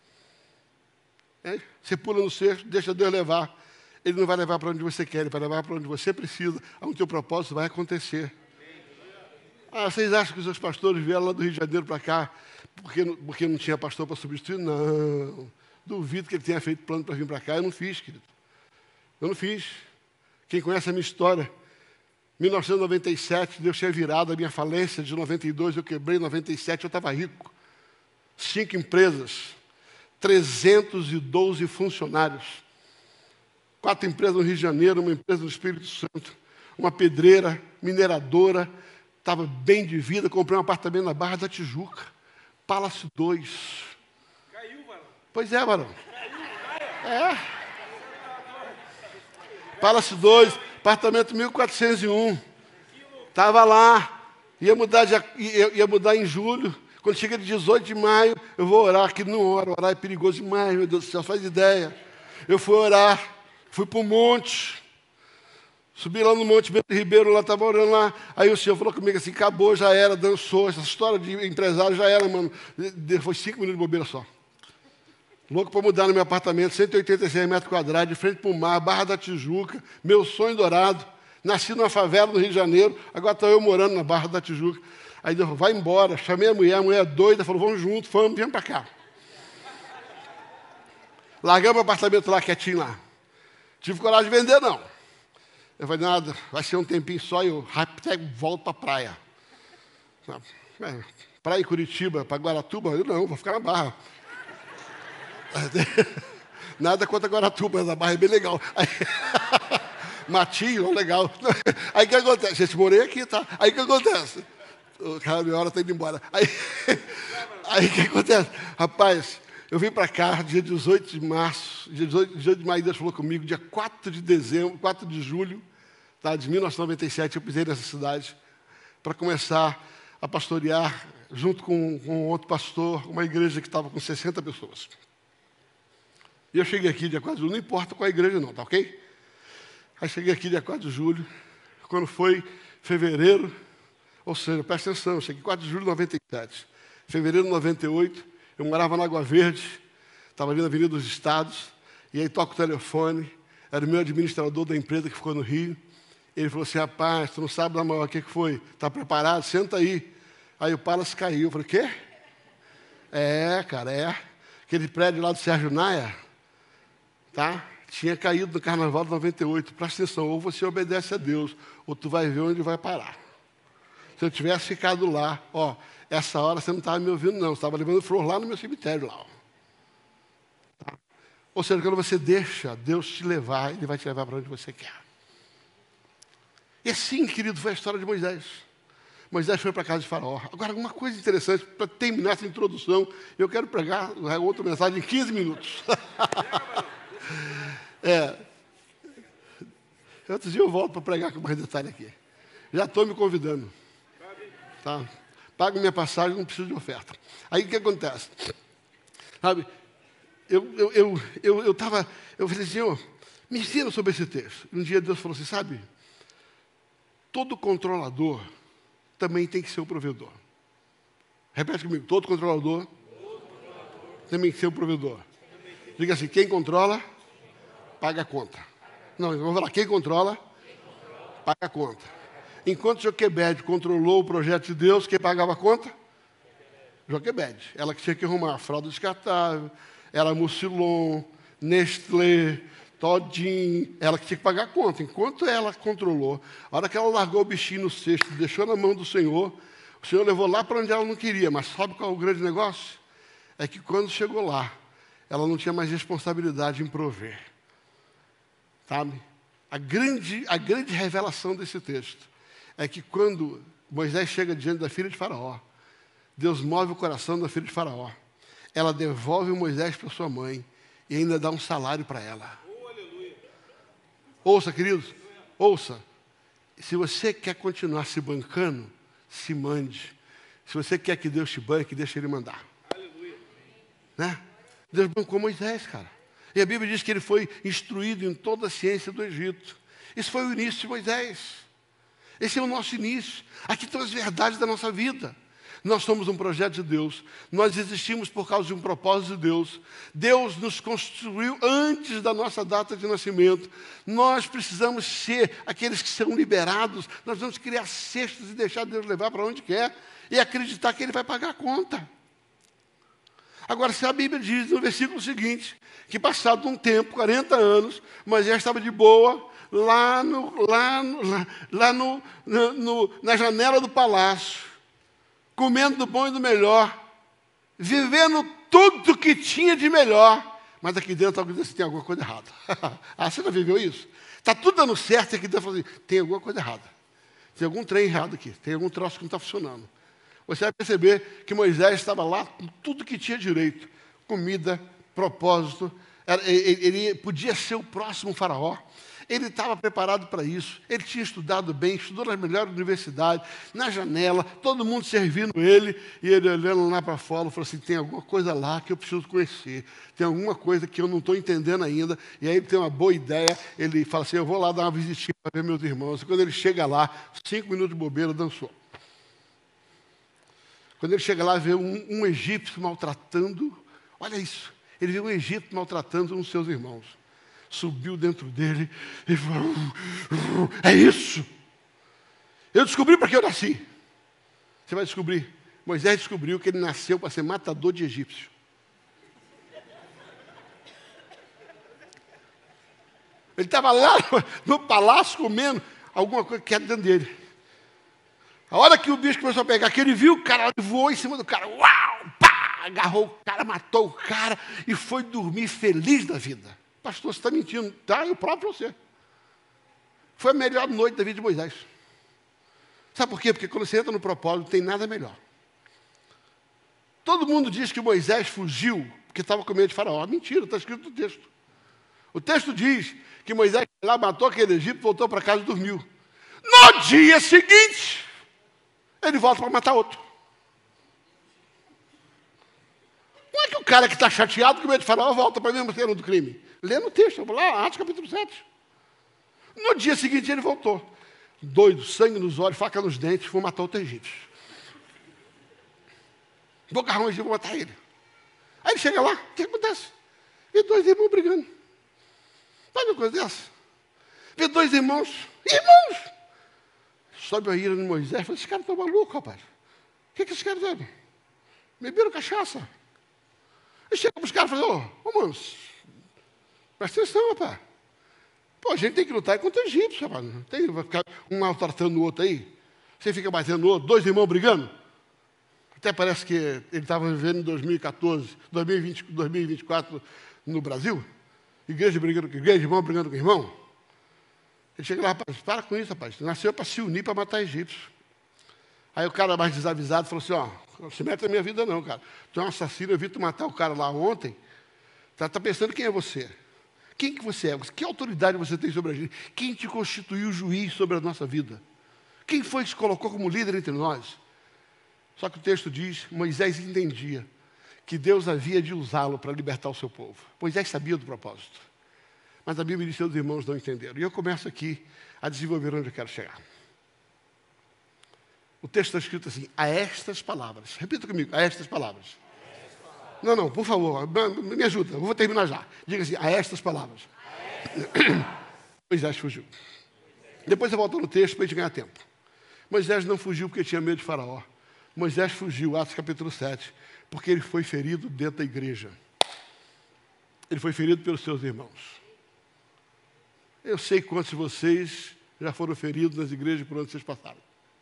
É, você pula no sexto, deixa Deus levar. Ele não vai levar para onde você quer, ele vai levar para onde você precisa, onde o teu propósito vai acontecer. Ah, vocês acham que os seus pastores vieram lá do Rio de Janeiro para cá porque, porque não tinha pastor para substituir? Não. Duvido que ele tenha feito plano para vir para cá. Eu não fiz, querido. Eu não fiz. Quem conhece a minha história, em mil novecentos e noventa e sete, Deus tinha virado a minha falência de noventa e dois, eu quebrei em noventa e sete, eu estava rico. Cinco empresas, trezentos e doze funcionários. Quatro empresas no Rio de Janeiro, uma empresa no Espírito Santo, uma pedreira, mineradora. Estava bem de vida, comprei um apartamento na Barra da Tijuca. Palácio dois. Caiu, varão. Pois é, varão. Caiu, é. Palácio dois, apartamento mil quatrocentos e um. Estava lá, ia mudar, de, ia, ia mudar em julho. Quando chega de dezoito de maio, eu vou orar, aqui não oro, orar é perigoso demais, meu Deus do céu, faz ideia. Eu fui orar, fui para o monte. Subi lá no Monte Bento Ribeiro, lá estava orando lá. Aí o senhor falou comigo assim, acabou, já era, dançou. Essa história de empresário já era, mano. Foi cinco minutos de bobeira só. Louco para mudar no meu apartamento, cento e oitenta e seis metros quadrados, de frente para o mar, Barra da Tijuca, meu sonho dourado. Nasci numa favela no Rio de Janeiro, agora estou eu morando na Barra da Tijuca. Aí Deus falou, vai embora. Chamei a mulher, a mulher doida, falou, vamos junto, vamos, vem para cá. Largamos o apartamento lá, quietinho lá. Tive coragem de vender, não. Eu falei, nada, vai ser um tempinho só e eu rápido volto para a praia. É, praia em Curitiba, para Guaratuba, eu não, vou ficar na Barra. Nada contra Guaratuba, mas a Barra é bem legal. Aí, Matinho, legal. Aí o que acontece? Gente, morei aqui, tá? Aí o que acontece? O cara, minha hora está indo embora. Aí aí o que acontece? Rapaz, eu vim para cá dia dezoito de março, dia dezoito, dezoito de maio, Deus falou comigo, dia quatro de dezembro, quatro de julho, tá, de mil novecentos e noventa e sete, eu pisei nessa cidade para começar a pastorear, junto com, com outro pastor, uma igreja que estava com sessenta pessoas. E eu cheguei aqui dia quatro de julho, não importa qual a igreja não, tá ok? Aí cheguei aqui dia quatro de julho, quando foi fevereiro, ou seja, presta atenção, eu cheguei quatro de julho de noventa e sete. Fevereiro de noventa e oito, eu morava na Água Verde, estava ali na Avenida dos Estados, e aí toca o telefone, era o meu administrador da empresa que ficou no Rio. Ele falou assim, rapaz, tu não sabe da maior, o que foi? Está preparado? Senta aí. Aí o Palace caiu. Eu falei, o quê? É, cara, é. Aquele prédio lá do Sérgio Naia, tá? Tinha caído no Carnaval de noventa e oito. Presta atenção, ou você obedece a Deus, ou tu vai ver onde vai parar. Se eu tivesse ficado lá, ó, essa hora você não estava me ouvindo, não. Você estava levando flor lá no meu cemitério, lá. Ó. Tá? Ou seja, quando você deixa Deus te levar, Ele vai te levar para onde você quer. E assim, querido, foi a história de Moisés. Moisés foi para a casa de Faraó. Agora, uma coisa interessante, para terminar essa introdução, eu quero pregar outra mensagem em quinze minutos. é, outro dia eu volto para pregar com mais detalhe aqui. Já estou me convidando. Tá? Pago minha passagem, não preciso de oferta. Aí o que acontece? Sabe, eu estava, eu, eu, eu, eu, tava, eu falei, Senhor, me ensina sobre esse texto. Um dia Deus falou assim, sabe, todo controlador também tem que ser o provedor. Repete comigo, todo controlador, todo controlador. Também tem que ser o provedor. Diga assim, quem controla, paga a conta. Não, eu vou falar, quem controla, quem controla. Paga a conta. Enquanto Joquebede controlou o projeto de Deus, quem pagava a conta? Joquebede. Ela que tinha que arrumar fralda descartável, era Mucilon, Nestlé, Todinho, ela que tinha que pagar a conta. Enquanto ela controlou, a hora que ela largou o bichinho no cesto, deixou na mão do Senhor, o Senhor levou lá para onde ela não queria. Mas sabe qual é o grande negócio? É que quando chegou lá, ela não tinha mais responsabilidade em prover. Sabe? A grande, a grande revelação desse texto é que quando Moisés chega diante da filha de Faraó, Deus move o coração da filha de Faraó. Ela devolve Moisés para sua mãe e ainda dá um salário para ela. Ouça, queridos, ouça. Se você quer continuar se bancando, se mande. Se você quer que Deus te banque, deixa Ele mandar. Aleluia. Né? Deus bancou Moisés, cara. E a Bíblia diz que ele foi instruído em toda a ciência do Egito. Isso foi o início de Moisés. Esse é o nosso início. Aqui estão as verdades da nossa vida. Nós somos um projeto de Deus. Nós existimos por causa de um propósito de Deus. Deus nos construiu antes da nossa data de nascimento. Nós precisamos ser aqueles que são liberados. Nós vamos criar cestos e deixar Deus levar para onde quer. E acreditar que Ele vai pagar a conta. Agora, se a Bíblia diz no versículo seguinte, que passado um tempo, quarenta anos, Moisés estava de boa, lá, no, lá, no, lá, lá no, no, no, na janela do palácio, comendo do bom e do melhor, vivendo tudo que tinha de melhor, mas aqui dentro alguém diz assim, tem alguma coisa errada. Ah, você já viveu isso? Está tudo dando certo e aqui dentro assim, tem alguma coisa errada. Tem algum trem errado aqui, tem algum troço que não está funcionando. Você vai perceber que Moisés estava lá com tudo que tinha direito. Comida, propósito. Ele, ele podia ser o próximo faraó. Ele estava preparado para isso. Ele tinha estudado bem, estudou nas melhores universidades, na janela, todo mundo servindo ele. E ele olhando lá para fora, falou assim, tem alguma coisa lá que eu preciso conhecer. Tem alguma coisa que eu não estou entendendo ainda. E aí ele tem uma boa ideia. Ele fala assim, eu vou lá dar uma visitinha para ver meus irmãos. E quando ele chega lá, cinco minutos de bobeira, dançou. Quando ele chega lá, vê um, um egípcio maltratando, olha isso, ele vê um egípcio maltratando um dos seus irmãos. Subiu dentro dele e falou, é isso. Eu descobri para que eu nasci. Você vai descobrir. Moisés descobriu que ele nasceu para ser matador de egípcio. Ele estava lá no, no palácio comendo alguma coisa que era dentro dele. A hora que o bicho começou a pegar, que ele viu o cara, ele voou em cima do cara. Uau! Pá! Agarrou o cara, matou o cara e foi dormir feliz da vida. Pastor, você está mentindo. Tá, eu próprio você. Foi a melhor noite da vida de Moisés. Sabe por quê? Porque quando você entra no propósito, não tem nada melhor. Todo mundo diz que Moisés fugiu porque estava com medo de Faraó. Mentira, está escrito no texto. O texto diz que Moisés lá matou aquele Egito, voltou para casa e dormiu. No dia seguinte, ele volta para matar outro. Como é que o cara que está chateado com medo de Faraó volta para a mesma cena do crime? Lê no texto, lá, Atos capítulo sete. No dia seguinte ele voltou. Doido, sangue nos olhos, faca nos dentes, foi matar outro egípcio. Vou agarrar um egípcio, vou matar ele. Aí ele chega lá, o que acontece? Vê dois irmãos brigando. Sabe uma coisa dessa? Vê dois irmãos, irmãos! Sobe a ira de Moisés, fala, esses caras estão malucos, rapaz. O que, que esses caras fizeram? Beberam cachaça. Aí chega para os caras e fala, ô, oh, manos, presta atenção, rapaz. Pô, a gente tem que lutar contra os egípcios, rapaz. Não tem, vai ficar um maltratando o outro aí. Você fica batendo no outro, dois irmãos brigando. Até parece que ele estava vivendo em dois mil e quatorze, dois mil e vinte, dois mil e vinte e quatro no Brasil. Igreja brigando com igreja, irmão brigando com irmão. Ele chega lá, rapaz, para com isso, rapaz. Nasceu para se unir, para matar egípcios. Aí o cara mais desavisado falou assim, ó, não se mete na minha vida não, cara. Tu é um assassino, eu vi tu matar o cara lá ontem. Tá, tá pensando quem é você? Quem que você é? Que autoridade você tem sobre a gente? Quem te constituiu juiz sobre a nossa vida? Quem foi que se colocou como líder entre nós? Só que o texto diz, Moisés entendia que Deus havia de usá-lo para libertar o seu povo. Moisés sabia do propósito. Mas a Bíblia diz que seus irmãos não entenderam. E eu começo aqui a desenvolver onde eu quero chegar. O texto está escrito assim, a estas palavras. Repita comigo, a estas palavras. Não, não, por favor, me ajuda, eu vou terminar já. Diga assim, a estas palavras. Moisés fugiu. Depois eu volto no texto para a gente ganhar tempo. Moisés não fugiu porque tinha medo de Faraó. Moisés fugiu, Atos capítulo sete, porque ele foi ferido dentro da igreja. Ele foi ferido pelos seus irmãos. Eu sei quantos de vocês já foram feridos nas igrejas por onde vocês passaram.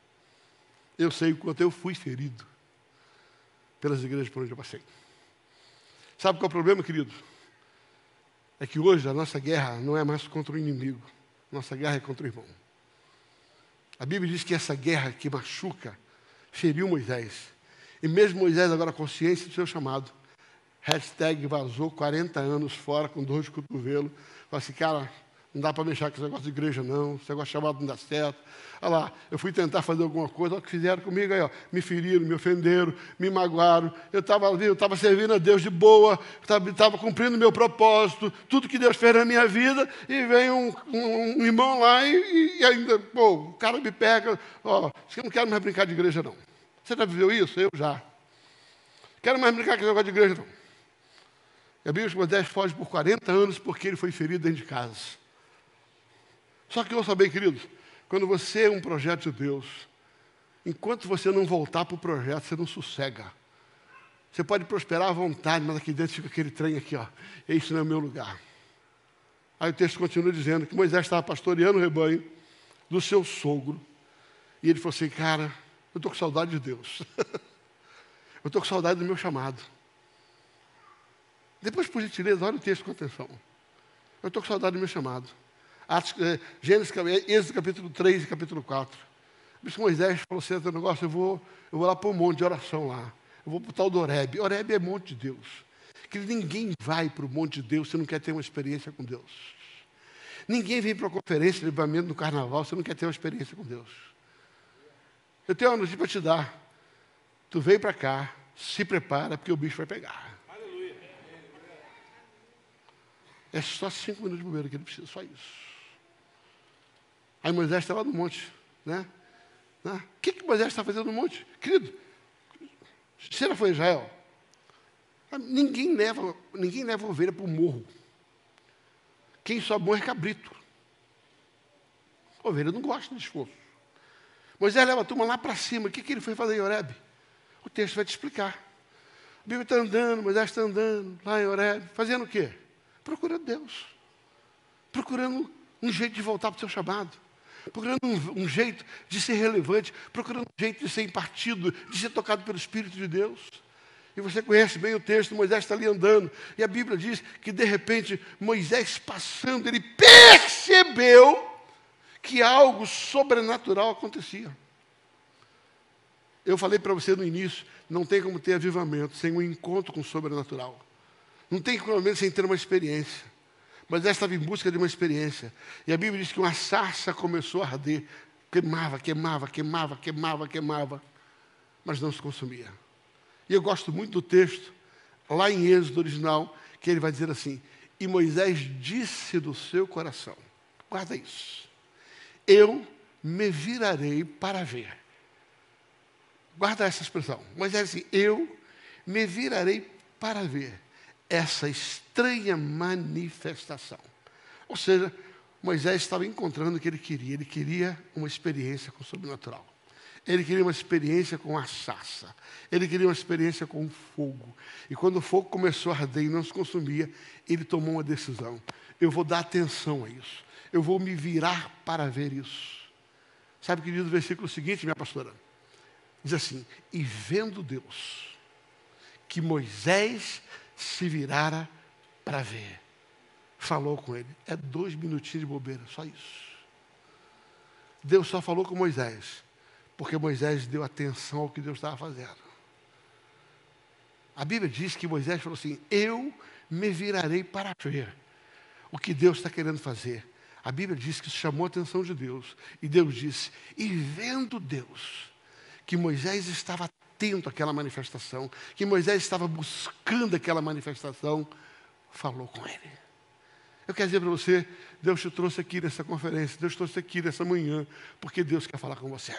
Eu sei o quanto eu fui ferido pelas igrejas por onde eu passei. Sabe qual é o problema, querido? É que hoje a nossa guerra não é mais contra o inimigo. Nossa guerra é contra o irmão. A Bíblia diz que essa guerra que machuca feriu Moisés. E mesmo Moisés, agora consciência do seu chamado, hashtag vazou quarenta anos fora com dor de cotovelo. Fala assim, cara, não dá para mexer com esse negócio de igreja, não. Esse negócio de chamado não dá certo. Olha lá, eu fui tentar fazer alguma coisa, olha o que fizeram comigo aí, ó. Me feriram, me ofenderam, me magoaram. Eu estava ali, eu estava servindo a Deus de boa, estava cumprindo o meu propósito, tudo que Deus fez na minha vida, e vem um, um, um irmão lá e, e ainda, pô, o cara me pega, ó, eu não quero mais brincar de igreja, não. Você já viveu isso? Eu já. Quero mais brincar com esse negócio de igreja, não. E a Bíblia diz que Moisés foge por quarenta anos porque ele foi ferido dentro de casa. Só que eu saber, queridos, quando você é um projeto de Deus, enquanto você não voltar para o projeto, você não sossega. Você pode prosperar à vontade, mas aqui dentro fica aquele trem aqui, ó. Esse não é o meu lugar. Aí o texto continua dizendo que Moisés estava pastoreando o rebanho do seu sogro. E ele falou assim, cara, eu estou com saudade de Deus. Eu estou com saudade do meu chamado. Depois, por gentileza, olha o texto com atenção. Eu estou com saudade do meu chamado. Atos, eh, Gênesis, Êxodo capítulo três e capítulo quatro. Por isso Moisés falou assim, esse negócio, eu vou, eu vou lá para um monte de oração lá. Eu vou para o tal do Horebe. Horebe é monte de Deus. Que ninguém vai para o monte de Deus se não quer ter uma experiência com Deus. Ninguém vem para a conferência de livramento no carnaval se não quer ter uma experiência com Deus. Eu tenho uma notícia para te dar. Tu veio para cá, se prepara, porque o bicho vai pegar. Aleluia. É só cinco minutos de bobeira que ele precisa, só isso. Aí Moisés está lá no monte, né? O que, que Moisés está fazendo no monte? Querido, você já foi a Israel? Ninguém leva, ninguém leva ovelha para o morro. Quem só morre é cabrito. A ovelha não gosta de esforço. Moisés leva a turma lá para cima. O que, que ele foi fazer em Horebe? O texto vai te explicar. A Bíblia está andando, Moisés está andando lá em Horebe. Fazendo o quê? Procurando Deus. procurando um jeito de voltar para o seu chamado, procurando um, um jeito de ser relevante, procurando um jeito de ser impartido, de ser tocado pelo Espírito de Deus. E você conhece bem o texto, Moisés está ali andando, e a Bíblia diz que de repente, Moisés passando, ele percebeu que algo sobrenatural acontecia. Eu falei para você no início, não tem como ter avivamento sem um encontro com o sobrenatural. Não tem como sem ter uma experiência. Moisés estava em busca de uma experiência. E a Bíblia diz que uma sarça começou a arder. Queimava, queimava, queimava, queimava, queimava. Mas não se consumia. E eu gosto muito do texto, lá em Êxodo original, que ele vai dizer assim: e Moisés disse do seu coração, guarda isso, eu me virarei para ver. Guarda essa expressão. Moisés disse, eu me virarei para ver essa estranha manifestação. Ou seja, Moisés estava encontrando o que ele queria. Ele queria uma experiência com o sobrenatural. Ele queria uma experiência com a sarça. Ele queria uma experiência com o fogo. E quando o fogo começou a arder e não se consumia, ele tomou uma decisão. Eu vou dar atenção a isso. Eu vou me virar para ver isso. Sabe o que diz o versículo seguinte, minha pastora? Diz assim, e vendo Deus que Moisés se virara para ver, falou com ele. É dois minutinhos de bobeira, só isso. Deus só falou com Moisés, porque Moisés deu atenção ao que Deus estava fazendo. A Bíblia diz que Moisés falou assim, eu me virarei para ver o que Deus está querendo fazer. A Bíblia diz que isso chamou a atenção de Deus. E Deus disse, e vendo Deus que Moisés estava atento àquela manifestação, que Moisés estava buscando aquela manifestação, falou com ele. Eu quero dizer para você, Deus te trouxe aqui nessa conferência, Deus te trouxe aqui nessa manhã, porque Deus quer falar com você.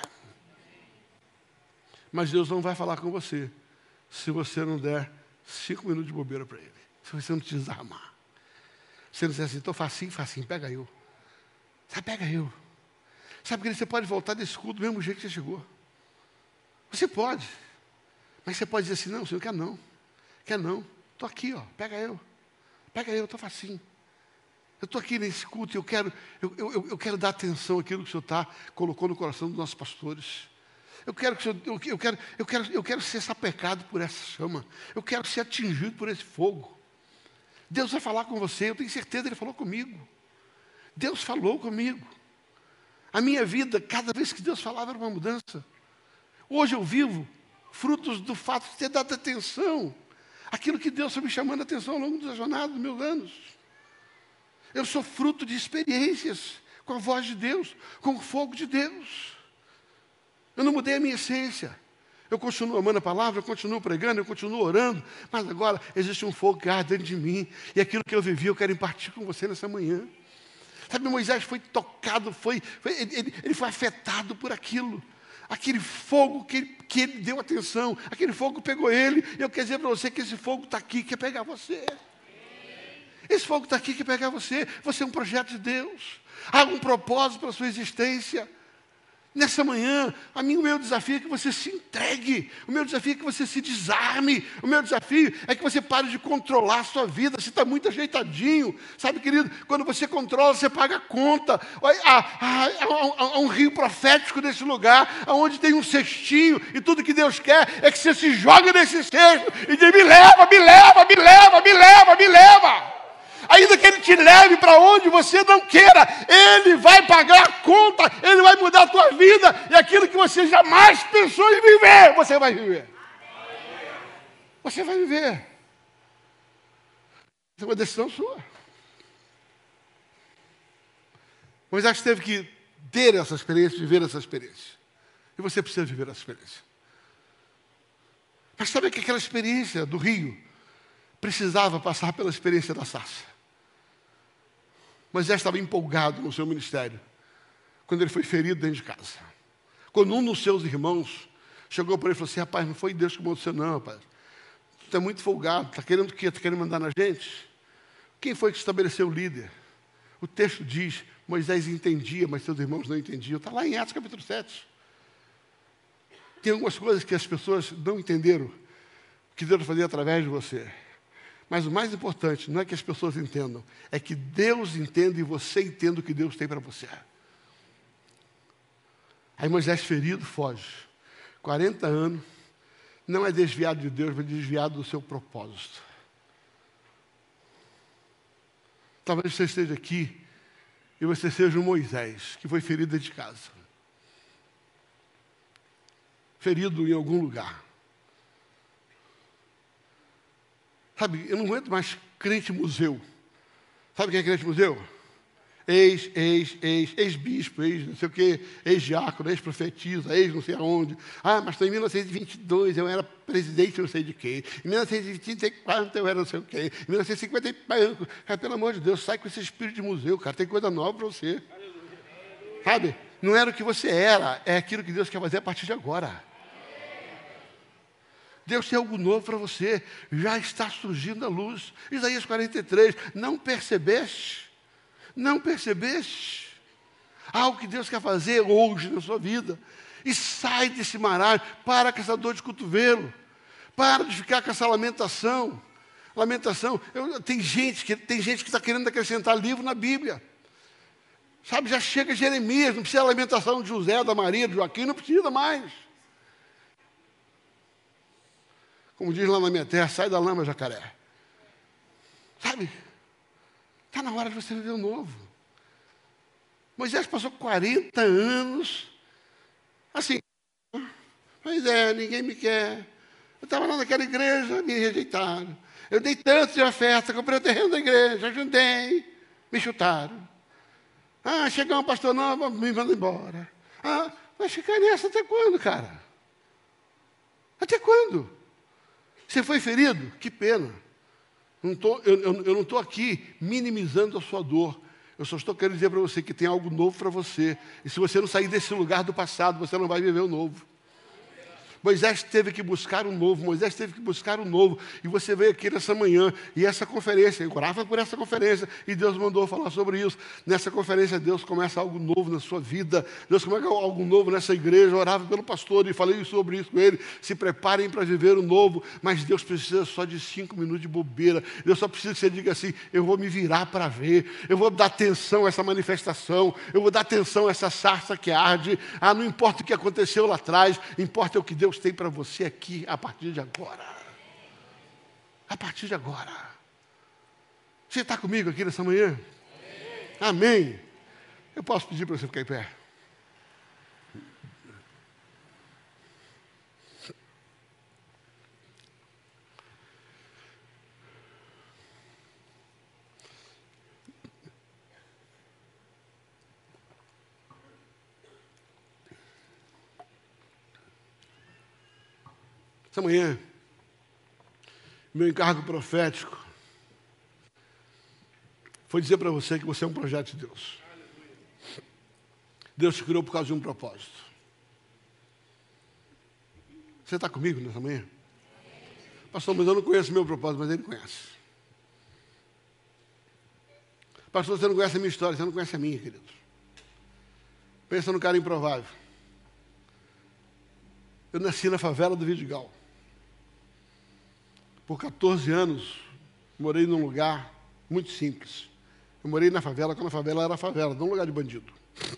Mas Deus não vai falar com você se você não der cinco minutos de bobeira para Ele. Se você não te desarmar. Se você não disser assim, estou facinho, facinho, pega eu. Sabe, pega eu. Sabe, querido, você pode voltar desse culto do mesmo jeito que você chegou. Você pode. Mas você pode dizer assim, não, Senhor, quer não. Quer não. Estou aqui, ó, pega eu. Pega eu, estou facinho. Eu estou aqui nesse culto e eu quero, eu, eu, eu quero dar atenção àquilo que o Senhor está, colocou no coração dos nossos pastores. Eu quero, que o Senhor, eu, eu, quero, eu, quero, eu quero ser sapecado por essa chama. Eu quero ser atingido por esse fogo. Deus vai falar com você, eu tenho certeza, Ele falou comigo. Deus falou comigo. A minha vida, cada vez que Deus falava, era uma mudança. Hoje eu vivo frutos do fato de ter dado atenção àquilo que Deus foi me chamando a atenção ao longo da jornada dos meus anos. Eu sou fruto de experiências com a voz de Deus, com o fogo de Deus. Eu não mudei a minha essência. Eu continuo amando a palavra, eu continuo pregando, eu continuo orando, mas agora existe um fogo que arde dentro de mim, e aquilo que eu vivi eu quero impartir com você nessa manhã. Sabe, Moisés foi tocado, foi, foi, ele, ele foi afetado por aquilo. Aquele fogo que ele, que ele deu atenção, aquele fogo pegou ele, e eu quero dizer para você que esse fogo está aqui, quer pegar você. Esse fogo está aqui, quer pegar você. Você é um projeto de Deus. Há um propósito para a sua existência. Nessa manhã, a mim, o meu desafio é que você se entregue. O meu desafio é que você se desarme. O meu desafio é que você pare de controlar a sua vida. Você está muito ajeitadinho. Sabe, querido, quando você controla, você paga a conta. Há, há, há, há um rio profético nesse lugar, onde tem um cestinho, e tudo que Deus quer é que você se jogue nesse cesto e diz, me leva, me leva, me leva, me leva, me leva. Ainda que Ele te leve para onde você não queira, Ele vai pagar a conta, Ele vai mudar a tua vida, e aquilo que você jamais pensou em viver, você vai viver. Você vai viver. Isso é uma decisão sua. Moisés teve que ter essa experiência, viver essa experiência. E você precisa viver essa experiência. Mas sabe que aquela experiência do rio precisava passar pela experiência da sarça. Moisés estava empolgado no seu ministério, quando ele foi ferido dentro de casa. Quando um dos seus irmãos chegou para ele e falou assim, rapaz, não foi Deus que mandou você não, rapaz. Tu está muito folgado, está querendo o quê? Está querendo mandar na gente? Quem foi que estabeleceu o líder? O texto diz, Moisés entendia, mas seus irmãos não entendiam. Está lá em Atos capítulo sete. Tem algumas coisas que as pessoas não entenderam, que Deus fazia através de você. Mas o mais importante não é que as pessoas entendam, é que Deus entenda e você entenda o que Deus tem para você. Aí Moisés, ferido, foge. quarenta anos, não é desviado de Deus, mas desviado do seu propósito. Talvez você esteja aqui e você seja um Moisés, que foi ferido dentro de casa. Ferido em algum lugar. Sabe, eu não aguento mais crente museu. Sabe quem é crente museu? Ex, ex, ex, ex-bispo, ex não sei o quê, ex-diácono, ex-profetisa, ex não sei aonde. Ah, mas em mil novecentos e vinte e dois eu era presidente não sei de quê. Em mil novecentos e trinta e quatro eu era não sei o quê. Em mil novecentos e cinquenta e cinco... Ah, pelo amor de Deus, sai com esse espírito de museu, cara. Tem coisa nova para você. Sabe? Não era o que você era, é aquilo que Deus quer fazer a partir de agora. Deus tem algo novo para você. Já está surgindo a luz. Isaías quarenta e três. Não percebeste? Não percebeste? Algo que Deus quer fazer hoje na sua vida. E sai desse marasmo. Para com essa dor de cotovelo. Para de ficar com essa lamentação. Lamentação. Eu, tem gente que tem gente que está querendo acrescentar livro na Bíblia. Sabe, já chega Jeremias. Não precisa da lamentação de José, da Maria, de Joaquim. Não precisa mais. Como diz lá na minha terra, sai da lama, jacaré. Sabe? Está na hora de você viver o novo. Moisés passou quarenta anos assim. Pois é, ninguém me quer. Eu estava lá naquela igreja, me rejeitaram. Eu dei tanto de oferta, comprei o terreno da igreja, ajudei, me chutaram. Ah, chegou um pastor novo, me mandou embora. Ah, vai ficar nessa até quando, cara? Até quando? Você foi ferido? Que pena. Não tô, eu, eu, eu não estou aqui minimizando a sua dor. Eu só estou querendo dizer para você que tem algo novo para você. E se você não sair desse lugar do passado, você não vai viver o novo. Moisés teve que buscar o novo, Moisés teve que buscar o novo, e você veio aqui nessa manhã, e essa conferência, eu orava por essa conferência, e Deus mandou falar sobre isso. Nessa conferência, Deus começa algo novo na sua vida, Deus começa algo novo nessa igreja. Eu orava pelo pastor e falei sobre isso com ele. Se preparem para viver o novo, mas Deus precisa só de cinco minutos de bobeira. Deus só precisa que você diga assim: eu vou me virar para ver, eu vou dar atenção a essa manifestação, eu vou dar atenção a essa sarça que arde. Ah, não importa o que aconteceu lá atrás, importa o que Deus Deus tem para você aqui, a partir de agora. A partir de agora. Você está comigo aqui nessa manhã? Amém. Amém. Eu posso pedir para você ficar em pé? Essa manhã, meu encargo profético foi dizer para você que você é um projeto de Deus. Deus te criou por causa de um propósito. Você está comigo nessa manhã? Pastor, mas eu não conheço o meu propósito, mas ele conhece. Pastor, você não conhece a minha história, você não conhece a minha, querido. Pensa no cara improvável. Eu nasci na favela do Vidigal. Por quatorze anos, morei num lugar muito simples. Eu morei na favela, quando a favela era favela, não um lugar de bandido.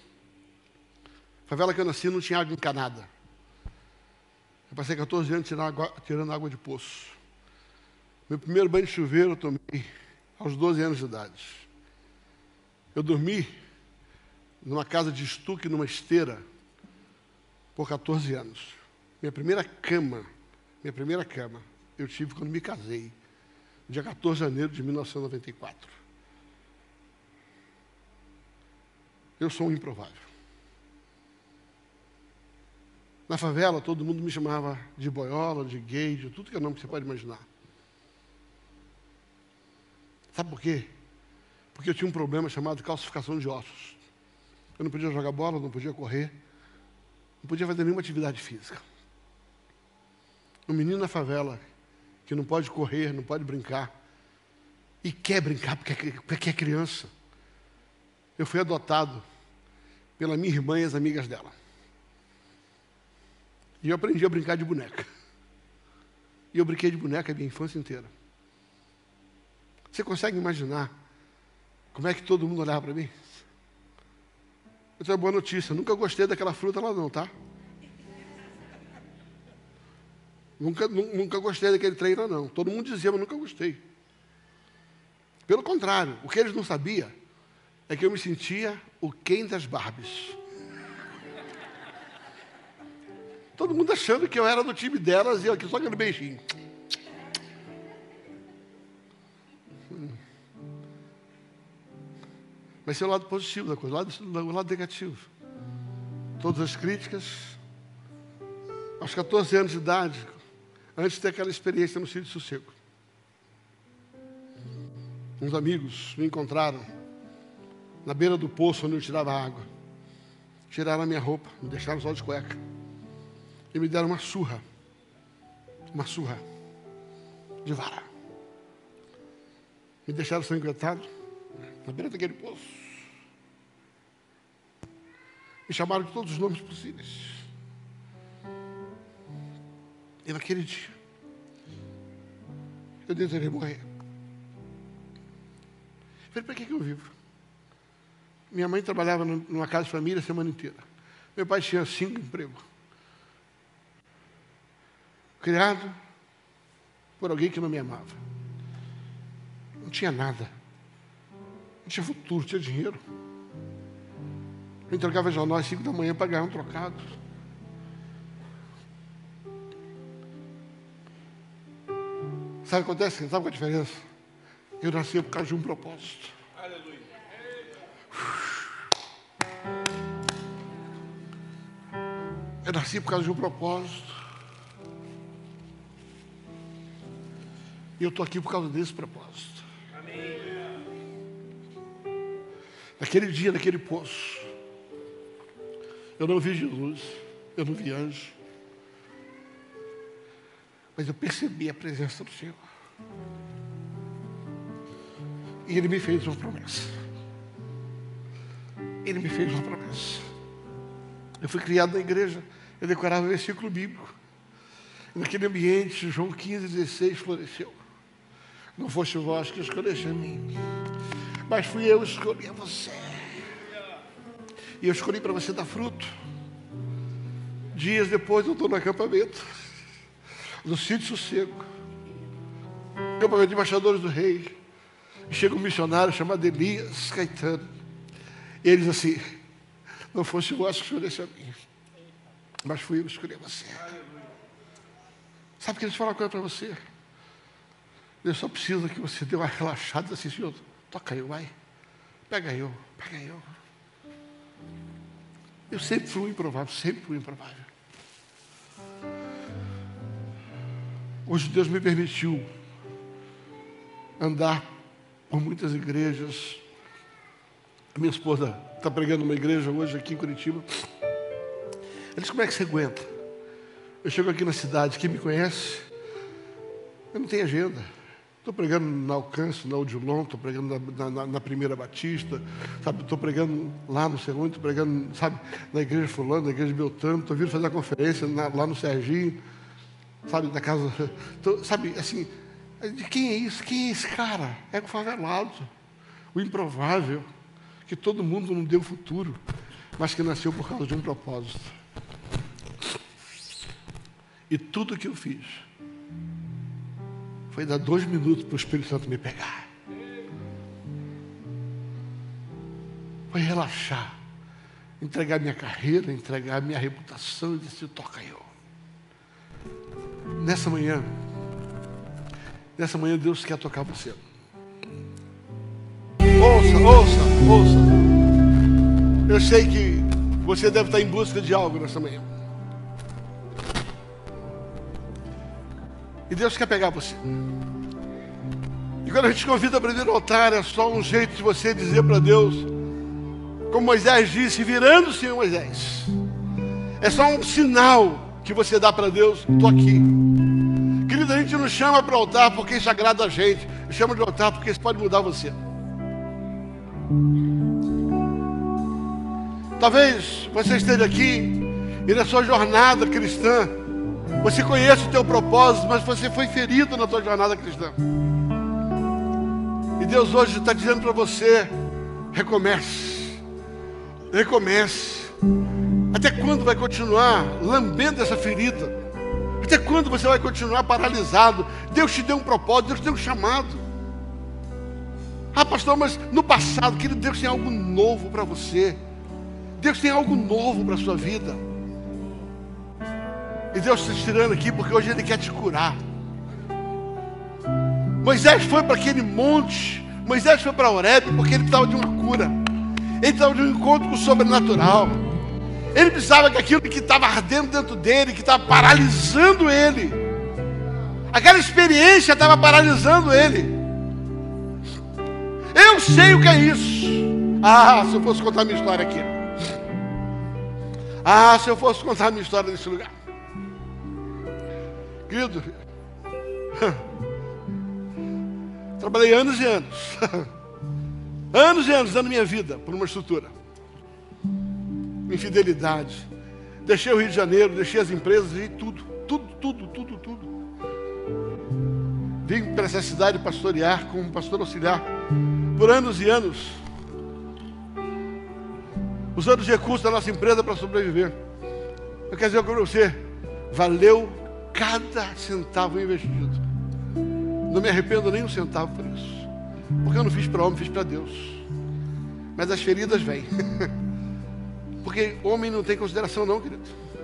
A favela que eu nasci não tinha água encanada. Eu passei quatorze anos tirando água, tirando água de poço. Meu primeiro banho de chuveiro eu tomei aos doze anos de idade. Eu dormi numa casa de estuque, numa esteira, por quatorze anos. Minha primeira cama, minha primeira cama, eu tive quando me casei, dia quatorze de janeiro de mil novecentos e noventa e quatro. Eu sou um improvável. Na favela, todo mundo me chamava de boiola, de gay, de tudo que é nome que você pode imaginar. Sabe por quê? Porque eu tinha um problema chamado calcificação de ossos. Eu não podia jogar bola, não podia correr, não podia fazer nenhuma atividade física. Um menino na favela, que não pode correr, não pode brincar, e quer brincar porque é, porque é criança. Eu fui adotado pela minha irmã e as amigas dela. E eu aprendi a brincar de boneca. E eu brinquei de boneca a minha infância inteira. Você consegue imaginar como é que todo mundo olhava para mim? Eu tenho uma boa notícia, nunca gostei daquela fruta lá não, tá? Nunca, nunca gostei daquele trem lá não. Todo mundo dizia, mas nunca gostei. Pelo contrário, o que eles não sabiam é que eu me sentia o Ken das Barbies. Todo mundo achando que eu era do time delas e eu aqui só aquele beijinho. Vai ser o lado positivo da coisa, o lado, o lado negativo. Todas as críticas. Aos catorze anos de idade, antes de ter aquela experiência no Sítio Sossego. Uns amigos me encontraram na beira do poço onde eu tirava água. Tiraram a minha roupa, me deixaram só de cueca. E me deram uma surra. Uma surra de vara. Me deixaram sanguentado na beira daquele poço. Me chamaram de todos os nomes possíveis. E naquele dia, eu desejei morrer. Falei, para que que eu vivo? Minha mãe trabalhava numa casa de família a semana inteira. Meu pai tinha cinco empregos. Criado por alguém que não me amava. Não tinha nada. Não tinha futuro, não tinha dinheiro. Eu entregava jornal às cinco da manhã para ganhar um trocado. Sabe o que acontece? Sabe qual é a diferença? Eu nasci por causa de um propósito. Aleluia. Eu nasci por causa de um propósito. E eu estou aqui por causa desse propósito. Amém. Naquele dia, naquele poço, eu não vi Jesus, eu não vi anjo, mas eu percebi a presença do Senhor. E Ele me fez uma promessa. Ele me fez uma promessa. Eu fui criado na igreja, eu decorava o versículo bíblico. E naquele ambiente, João quinze, dezesseis floresceu. Não foste vós que escolheste a mim, mas fui eu que escolhi a você. E eu escolhi para você dar fruto. Dias depois eu estou no acampamento, no Sítio Sossego, acampamento de embaixadores do rei. E chega um missionário chamado Elias Caetano. E ele diz assim, não foste vós que escolheste a mim, mas fui eu que escolhi a você. Sabe o que eles falam agora para você? Deus só precisa que você dê uma relaxada e diz assim, Senhor, toca eu, vai. Pega eu, pega eu. Eu sempre fui improvável, sempre fui improvável. Hoje Deus me permitiu andar por muitas igrejas. A minha esposa está pregando numa igreja hoje aqui em Curitiba. Ela disse, como é que você aguenta? Eu chego aqui na cidade, quem me conhece, eu não tenho agenda. Estou pregando na Alcance, na Odilon, estou pregando na, na, na Primeira Batista, sabe? Estou pregando lá no Serrão, estou pregando, sabe, na igreja fulano, na igreja de Beltrano, estou vindo fazer a conferência na, lá no Serginho, sabe, na casa, tô, sabe, assim, de quem é isso? Quem é esse cara? É o favelado, o improvável, que todo mundo não deu futuro, mas que nasceu por causa de um propósito. E tudo que eu fiz foi dar dois minutos para o Espírito Santo me pegar. Foi relaxar, entregar minha carreira, entregar minha reputação e dizer, toca eu. Nessa manhã, nessa manhã Deus quer tocar você. Ouça, ouça, ouça. Eu sei que você deve estar em busca de algo nessa manhã. E Deus quer pegar você. E quando a gente convida para vir ao altar, é só um jeito de você dizer para Deus, como Moisés disse, virando-se em Moisés. É só um sinal que você dá para Deus, estou aqui. Querido, a gente não chama para o altar porque isso agrada a gente. Chama de altar porque isso pode mudar você. Talvez você esteja aqui e na sua jornada cristã, você conhece o teu propósito, mas você foi ferido na tua jornada cristã. E Deus hoje está dizendo para você: recomece, recomece. Até quando vai continuar lambendo essa ferida? Até quando você vai continuar paralisado? Deus te deu um propósito, Deus te deu um chamado. Ah, pastor, mas no passado, querido, Deus tem algo novo para você. Deus tem algo novo para a sua vida. E Deus está te tirando aqui porque hoje Ele quer te curar. Moisés foi para aquele monte, Moisés foi para Horebe porque ele precisava de uma cura. Ele precisava de um encontro com o sobrenatural. Ele precisava que aquilo que estava ardendo dentro dele, que estava paralisando ele, aquela experiência estava paralisando ele. Eu sei o que é isso. Ah, se eu fosse contar a minha história aqui. Ah, se eu fosse contar a minha história nesse lugar. Querido, trabalhei anos e anos, anos e anos dando minha vida por uma estrutura. Infidelidade. Deixei o Rio de Janeiro, deixei as empresas e tudo, tudo, tudo, tudo, tudo. Vim para essa cidade pastorear como pastor auxiliar por anos e anos, usando os recursos da nossa empresa para sobreviver. Eu quero dizer para você, valeu cada centavo investido. Não me arrependo nem um centavo por isso, porque eu não fiz para homem, fiz para Deus. Mas as feridas vêm. Porque homem não tem consideração não, querido.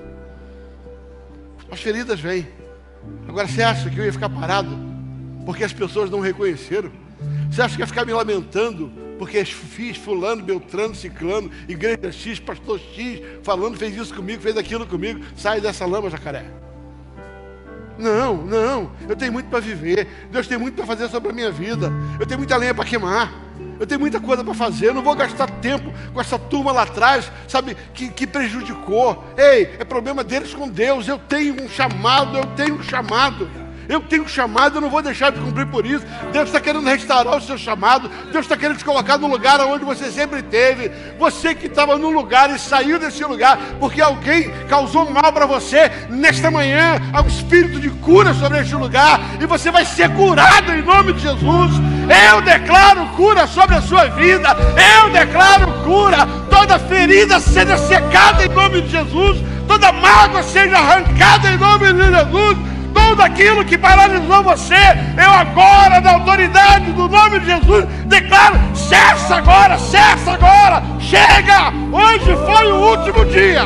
As feridas vêm. Agora, você acha que eu ia ficar parado porque as pessoas não reconheceram? Você acha que ia ficar me lamentando porque fiz fulano, beltrano, ciclano, igreja X, pastor X, falando, fez isso comigo, fez aquilo comigo? Sai dessa lama, jacaré. Não, não, eu tenho muito para viver. Deus tem muito para fazer sobre a minha vida. Eu tenho muita lenha para queimar. Eu tenho muita coisa para fazer. Eu não vou gastar tempo com essa turma lá atrás, sabe, que, que prejudicou. Ei, é problema deles com Deus. Eu tenho um chamado, eu tenho um chamado. Eu tenho um chamado, eu não vou deixar de cumprir por isso. Deus está querendo restaurar o seu chamado. Deus está querendo te colocar no lugar onde você sempre esteve. Você que estava num lugar e saiu desse lugar porque alguém causou mal para você, nesta manhã há um espírito de cura sobre este lugar e você vai ser curado em nome de Jesus. Eu declaro cura sobre a sua vida. Eu declaro cura. Toda ferida seja secada em nome de Jesus. Toda mágoa seja arrancada em nome de Jesus. Tudo aquilo que paralisou você, eu agora, na autoridade do nome de Jesus, declaro: cessa agora, cessa agora, chega! Hoje foi o último dia.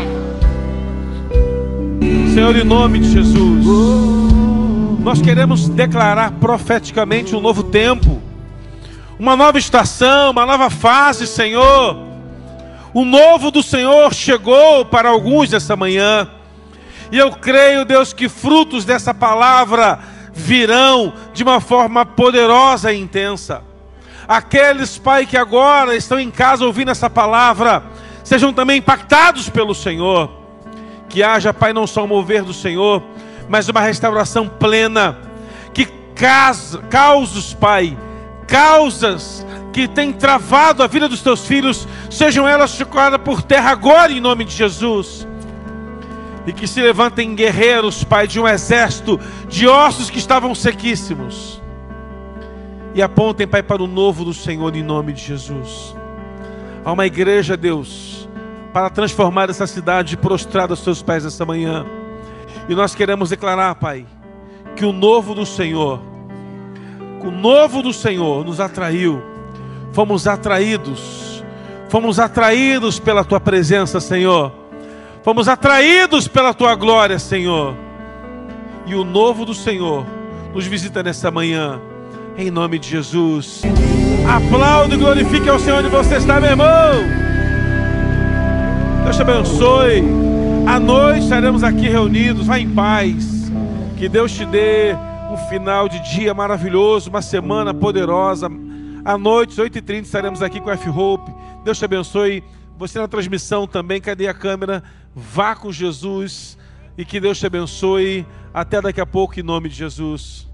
Senhor, em nome de Jesus, nós queremos declarar profeticamente um novo tempo, uma nova estação, uma nova fase, Senhor. O novo do Senhor chegou para alguns nessa manhã. E eu creio, Deus, que frutos dessa palavra virão de uma forma poderosa e intensa. Aqueles, Pai, que agora estão em casa ouvindo essa palavra, sejam também impactados pelo Senhor. Que haja, Pai, não só o mover do Senhor, mas uma restauração plena. Que causas, Pai, causas que têm travado a vida dos teus filhos, sejam elas chocadas por terra agora, em nome de Jesus. E que se levantem guerreiros, Pai, de um exército de ossos que estavam sequíssimos. E apontem, Pai, para o novo do Senhor, em nome de Jesus. Há uma igreja, Deus, para transformar essa cidade prostrada aos teus pés essa manhã. E nós queremos declarar, Pai, que o novo do Senhor, o novo do Senhor nos atraiu. Fomos atraídos, fomos atraídos pela Tua presença, Senhor. Fomos atraídos pela Tua glória, Senhor. E o novo do Senhor nos visita nesta manhã, em nome de Jesus. Aplaude e glorifique ao Senhor onde você está, meu irmão. Deus te abençoe. À noite estaremos aqui reunidos. Vá em paz. Que Deus te dê um final de dia maravilhoso, uma semana poderosa. À noite, oito e trinta, estaremos aqui com a F-Hope. Deus te abençoe. Você na transmissão também, cadê a câmera? Vá com Jesus e que Deus te abençoe. Até daqui a pouco, em nome de Jesus.